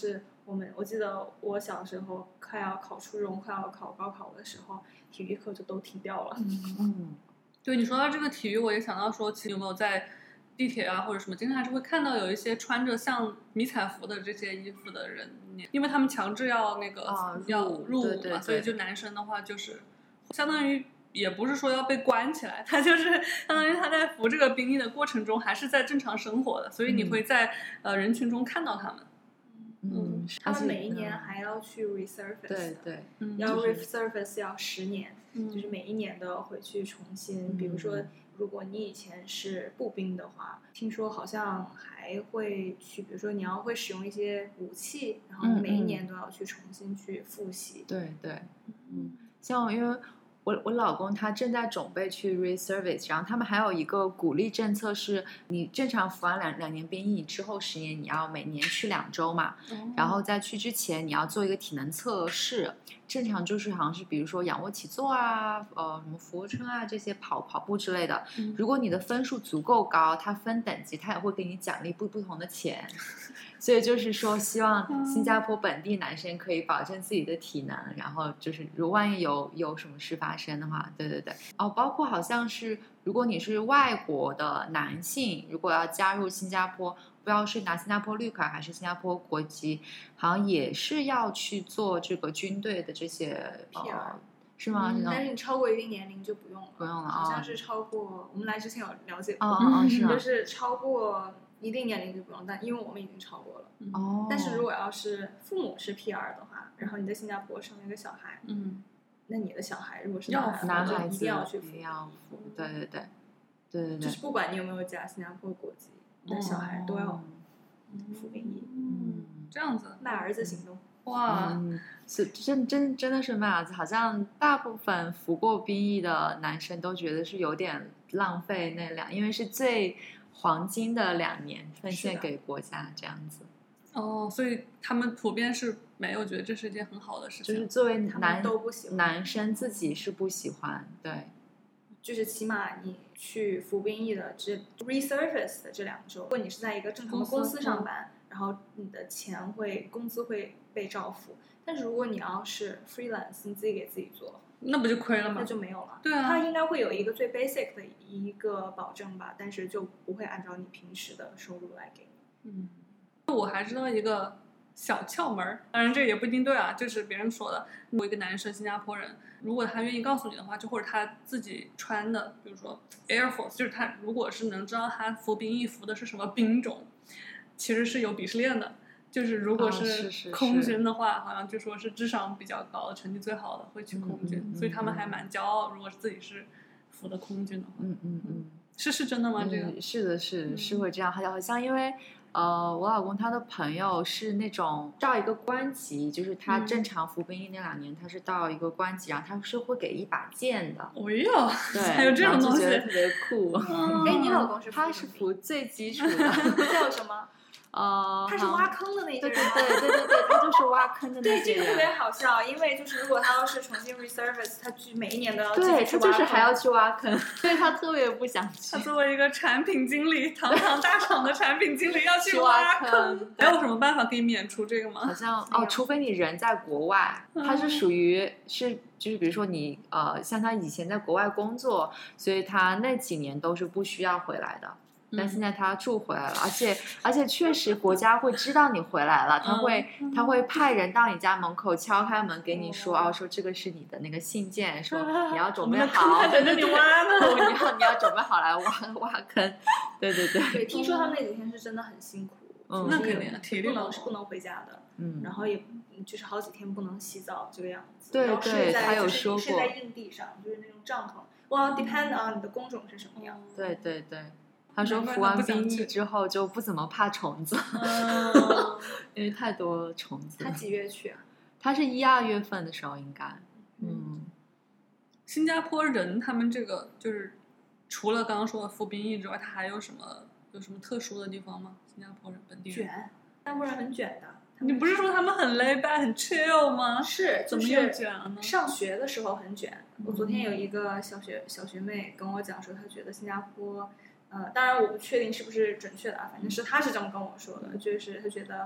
我们我记得我小时候快要考初中、快要考高考的时候，体育课就都停掉了。 嗯， 对你说到这个体育，我也想到说，其实有没有在地铁啊或者什么，经常还是会看到有一些穿着像迷彩服的这些衣服的人，因为他们强制要那个、 哦、 要入伍嘛， 对对对， 所以就男生的话就是相当于也不是说要被关起来，他就是相当于他在服这个兵役的过程中还是在正常生活的，所以你会在、嗯、呃人群中看到他们。 嗯， 他们每一年还要去 resurface， 对对， 嗯、要 resurface 要十年、 嗯， 就是每一年都要回去重新。嗯、比如说，如果你以前是步兵的话，听说好像还会去，比如说你要会使用一些武器，然后你每一年都要去重新去复习。 嗯、对对，嗯，像因为。我我老公他正在准备去 reservice， 然后他们还有一个鼓励政策是，你正常服完两两年兵役之后，十年你要每年去两周嘛， 嗯、 然后在去之前你要做一个体能测试，正常就是好像是比如说仰卧起坐啊，呃什么俯卧撑啊这些跑跑步之类的， 嗯、 如果你的分数足够高，他分等级，他也会给你奖励不不同的钱。所以就是说，希望新加坡本地男生可以保证自己的体能，嗯、然后就是如万一有有什么事发生的话，对对对，哦，包括好像是如果你是外国的男性，如果要加入新加坡，不知道是拿新加坡绿卡还是新加坡国籍，好像也是要去做这个军队的这些 P R， 呃、是吗？ 嗯？但是你超过一定年龄就不用了， 不用了， 好像是超过、哦、我们来之前有了解过， 哦哦是吗？ 就是超过一定年龄就不用，但因为我们已经超过了。 哦。 但是如果要是父母是 P R 的话，然后你在新加坡生了一个小孩， 嗯， 那你的小孩如果是男孩子一定要去服， 一定要服，对对对，对对对， 就是不管你有没有加新加坡国籍，你的小孩都要服兵役。 嗯，这样子， 卖儿子行动。 哇， 嗯，是真真真的是卖儿子，好像大部分服过兵役的男生都觉得是有点浪费那两，因为是最黄金的两年奉献给国家这样子。 哦，所以他们普遍是没有觉得这是一件很好的事情， 就是作为男都不喜欢， 男生自己是不喜欢，对， 就是起码你去服兵役的这 resurface 的这两周，如果你是在一个正常的公司上班，然后你的钱会工资会被照付，但是如果你要是 freelance， 你自己给自己做， 那不就亏了吗？ 那就没有了。 对啊， 它应该会有一个最 basic 的一个保证吧，但是就不会按照你平时的收入来给你。 嗯，我还知道一个小窍门，当然这个也不一定对啊，就是别人说的。我一个男生，新加坡人，如果他愿意告诉你的话，就或者他自己穿的，比如说 Air Force， 就是他如果是能知道他服兵役服的是什么兵种，其实是有鄙视链的。就是如果是空军的话， 哦、 好像就说是智商比较高的，成绩最好的会去空军， 嗯嗯嗯、 所以他们还蛮骄傲。如果是自己是服的空军的话， 嗯嗯嗯， 是是真的吗？ 嗯、 这个是的是，是是会这样，好像因为。呃，我老公他的朋友是那种到一个官级，就是他正常服兵役那两年，嗯、他是到一个官级，然后他是会给一把剑的。 哦哟， 对， 还有这种东西， 觉得特别酷。 哎，你老公是他是服最基础的， 叫什么？ 呃， 他是挖坑的那些人， 对对对对对，他就是挖坑的那些人。 对，这个特别好笑，因为就是如果他要是重新 resurface， 他每一年都要对，他就是还要去挖坑，所以他特别不想去。 他作为一个产品经理，堂堂大厂的产品经理要去挖坑，还有什么办法可以免除这个吗？ 好像哦，除非你人在国外，他是属于是就是比如说你呃，像他以前在国外工作，所以他那几年都是不需要回来的。但现在他住回来了，而且而且确实国家会知道你回来了，他会他会派人到你家门口敲开门给你说，哦，说这个是你的那个信件，说你要准备好， 等着你挖呢， 你要你要准备好来挖挖坑，对对对。 对，听说他们那几天是真的很辛苦， 嗯， 那肯定体力劳是不能回家的， 嗯， 然后也就是好几天不能洗澡这个样子， 对对，他有说过， 睡在硬地上，就是那种帐篷，哇 ，depend on 你的工种是什么样， 对对对。他说服完兵役之后就不怎么怕虫子， 嗯、 因为太多虫子。 他几月去啊？ 他是一二月份的时候应该。嗯， 新加坡人他们这个就是除了刚刚说的服兵役之外，他还有什么有什么特殊的地方吗？新加坡人本地人卷，新加坡人很卷的。 你不是说他们很 lay back 很 chill 吗？ 是， 怎么又卷了呢？ 上学的时候很卷。我昨天有一个小学小学妹跟我讲说，她觉得新加坡。呃，当然我不确定是不是准确的啊，反正是他是这么跟我说的，就是他觉得，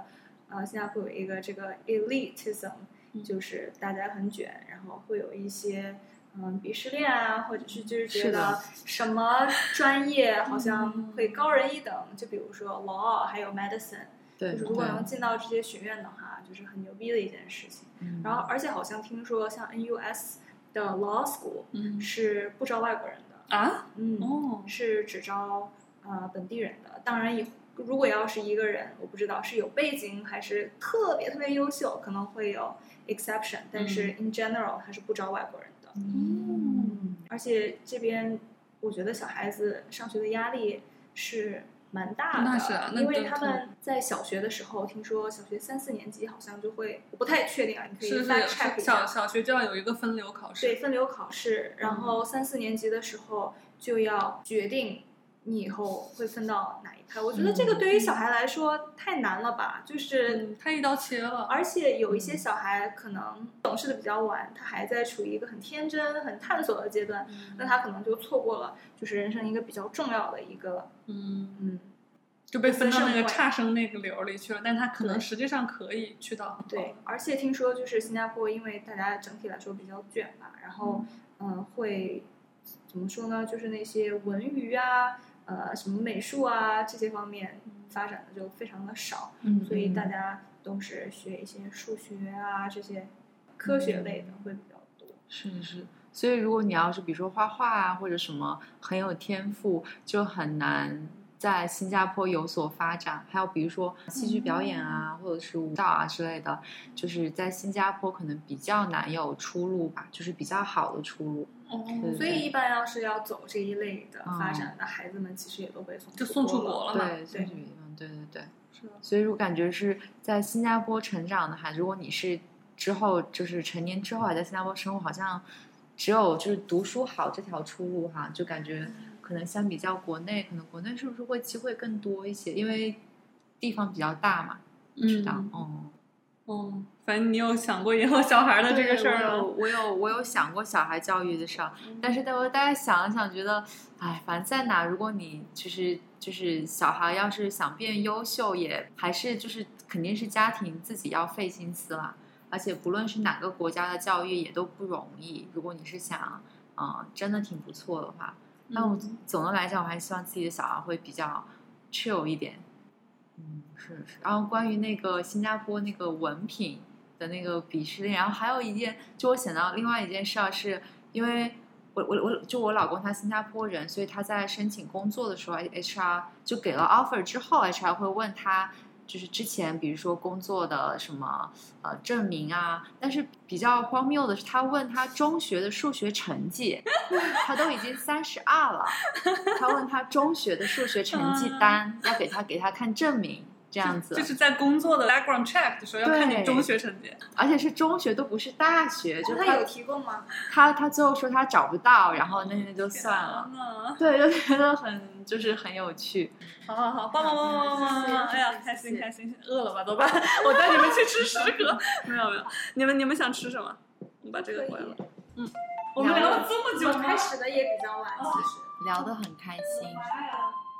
呃，新加坡有一个这个 elitism，就是大家很卷，然后会有一些嗯鄙视链啊，或者是就是觉得什么专业好像会高人一等，就比如说 law 还有 medicine， 就是如果能进到这些学院的话，就是很牛逼的一件事情。然后而且好像听说像 N U S 的 law school 是不招外国人的啊， 嗯， 哦， 是只招呃本地人的。当然以如果要是一个人，我不知道是有背景还是特别特别优秀，可能会有 exception， 但是 in general 它是不招外国人的。 嗯， 而且这边我觉得小孩子上学的压力是蛮大的， 那是啊，那因为他们在小学的时候，听说小学三四年级好像就会，我不太确定啊，你可以 fact check 一下。 小小学就要有一个分流考试， 对，分流考试，然后三四年级的时候就要决定你以后会分到哪一派。我觉得这个对于小孩来说太难了吧，就是、 嗯、太一刀切了。 而且有一些小孩可能懂事的比较晚，他还在处于一个很天真、很探索的阶段， 嗯、 那他可能就错过了就是人生一个比较重要的一个， 嗯嗯， 就被分到那个差生那个流里去了，但他可能实际上可以去到。 对，而且听说就是新加坡，因为大家整体来说比较卷吧，然后嗯、呃，会怎么说呢？就是那些文娱啊。呃，什么美术啊这些方面发展的就非常的少， 嗯， 所以大家都是学一些数学啊这些科学类的会比较多。 是是，所以如果你要是比如说画画啊或者什么很有天赋，就很难在新加坡有所发展。还有比如说戏剧表演啊，或者是舞蹈啊之类的，就是在新加坡可能比较难有出路吧，就是比较好的出路。 哦，所以一般要是要走这一类的发展的孩子们，其实也都被送就送出国了嘛。 对，送去地方，对对对。 是的。 所以我感觉是在新加坡成长的孩子，如果你是之后就是成年之后还在新加坡生活，好像只有就是读书好这条出路哈，就感觉可能相比较国内，可能国内是不是会机会更多一些，因为地方比较大嘛，知道，嗯。 嗯嗯，反正你有想过以后小孩的这个事儿吗？ 我有，我有想过小孩教育的事儿，嗯、但是但我大概想了想，觉得，哎，反正在哪，如果你就是就是小孩要是想变优秀，也还是就是肯定是家庭自己要费心思啦。而且不论是哪个国家的教育也都不容易。如果你是想，呃，真的挺不错的话，那我总的来讲，我还希望自己的小孩会比较 chill 一点。嗯，是是。然后关于那个新加坡那个文凭的那个鄙视链，然后还有一件，就我想到另外一件事儿，是因为我我我就我老公他新加坡人，所以他在申请工作的时候 ，H R 就给了 offer 之后 ，H R 会问他，就是之前比如说工作的什么呃证明啊，但是比较荒谬的是，他问他中学的数学成绩，他都已经三十二了，他问他中学的数学成绩单，要给他给他看证明。这样子就是在工作的 background check 的时候要看你中学成绩， 而且是中学，都不是大学。就他有提供吗？ 他他最后说他找不到，然后那那就算了。对，就觉得很就是很有趣。 好好好，棒棒棒棒棒棒！哎呀，开心开心，饿了吧？走吧，我带你们去吃食阁。没有没有，你们你们想吃什么？我把这个回了。嗯，我们聊了这么久吗？ 开始的也比较晚，其实聊得很开心。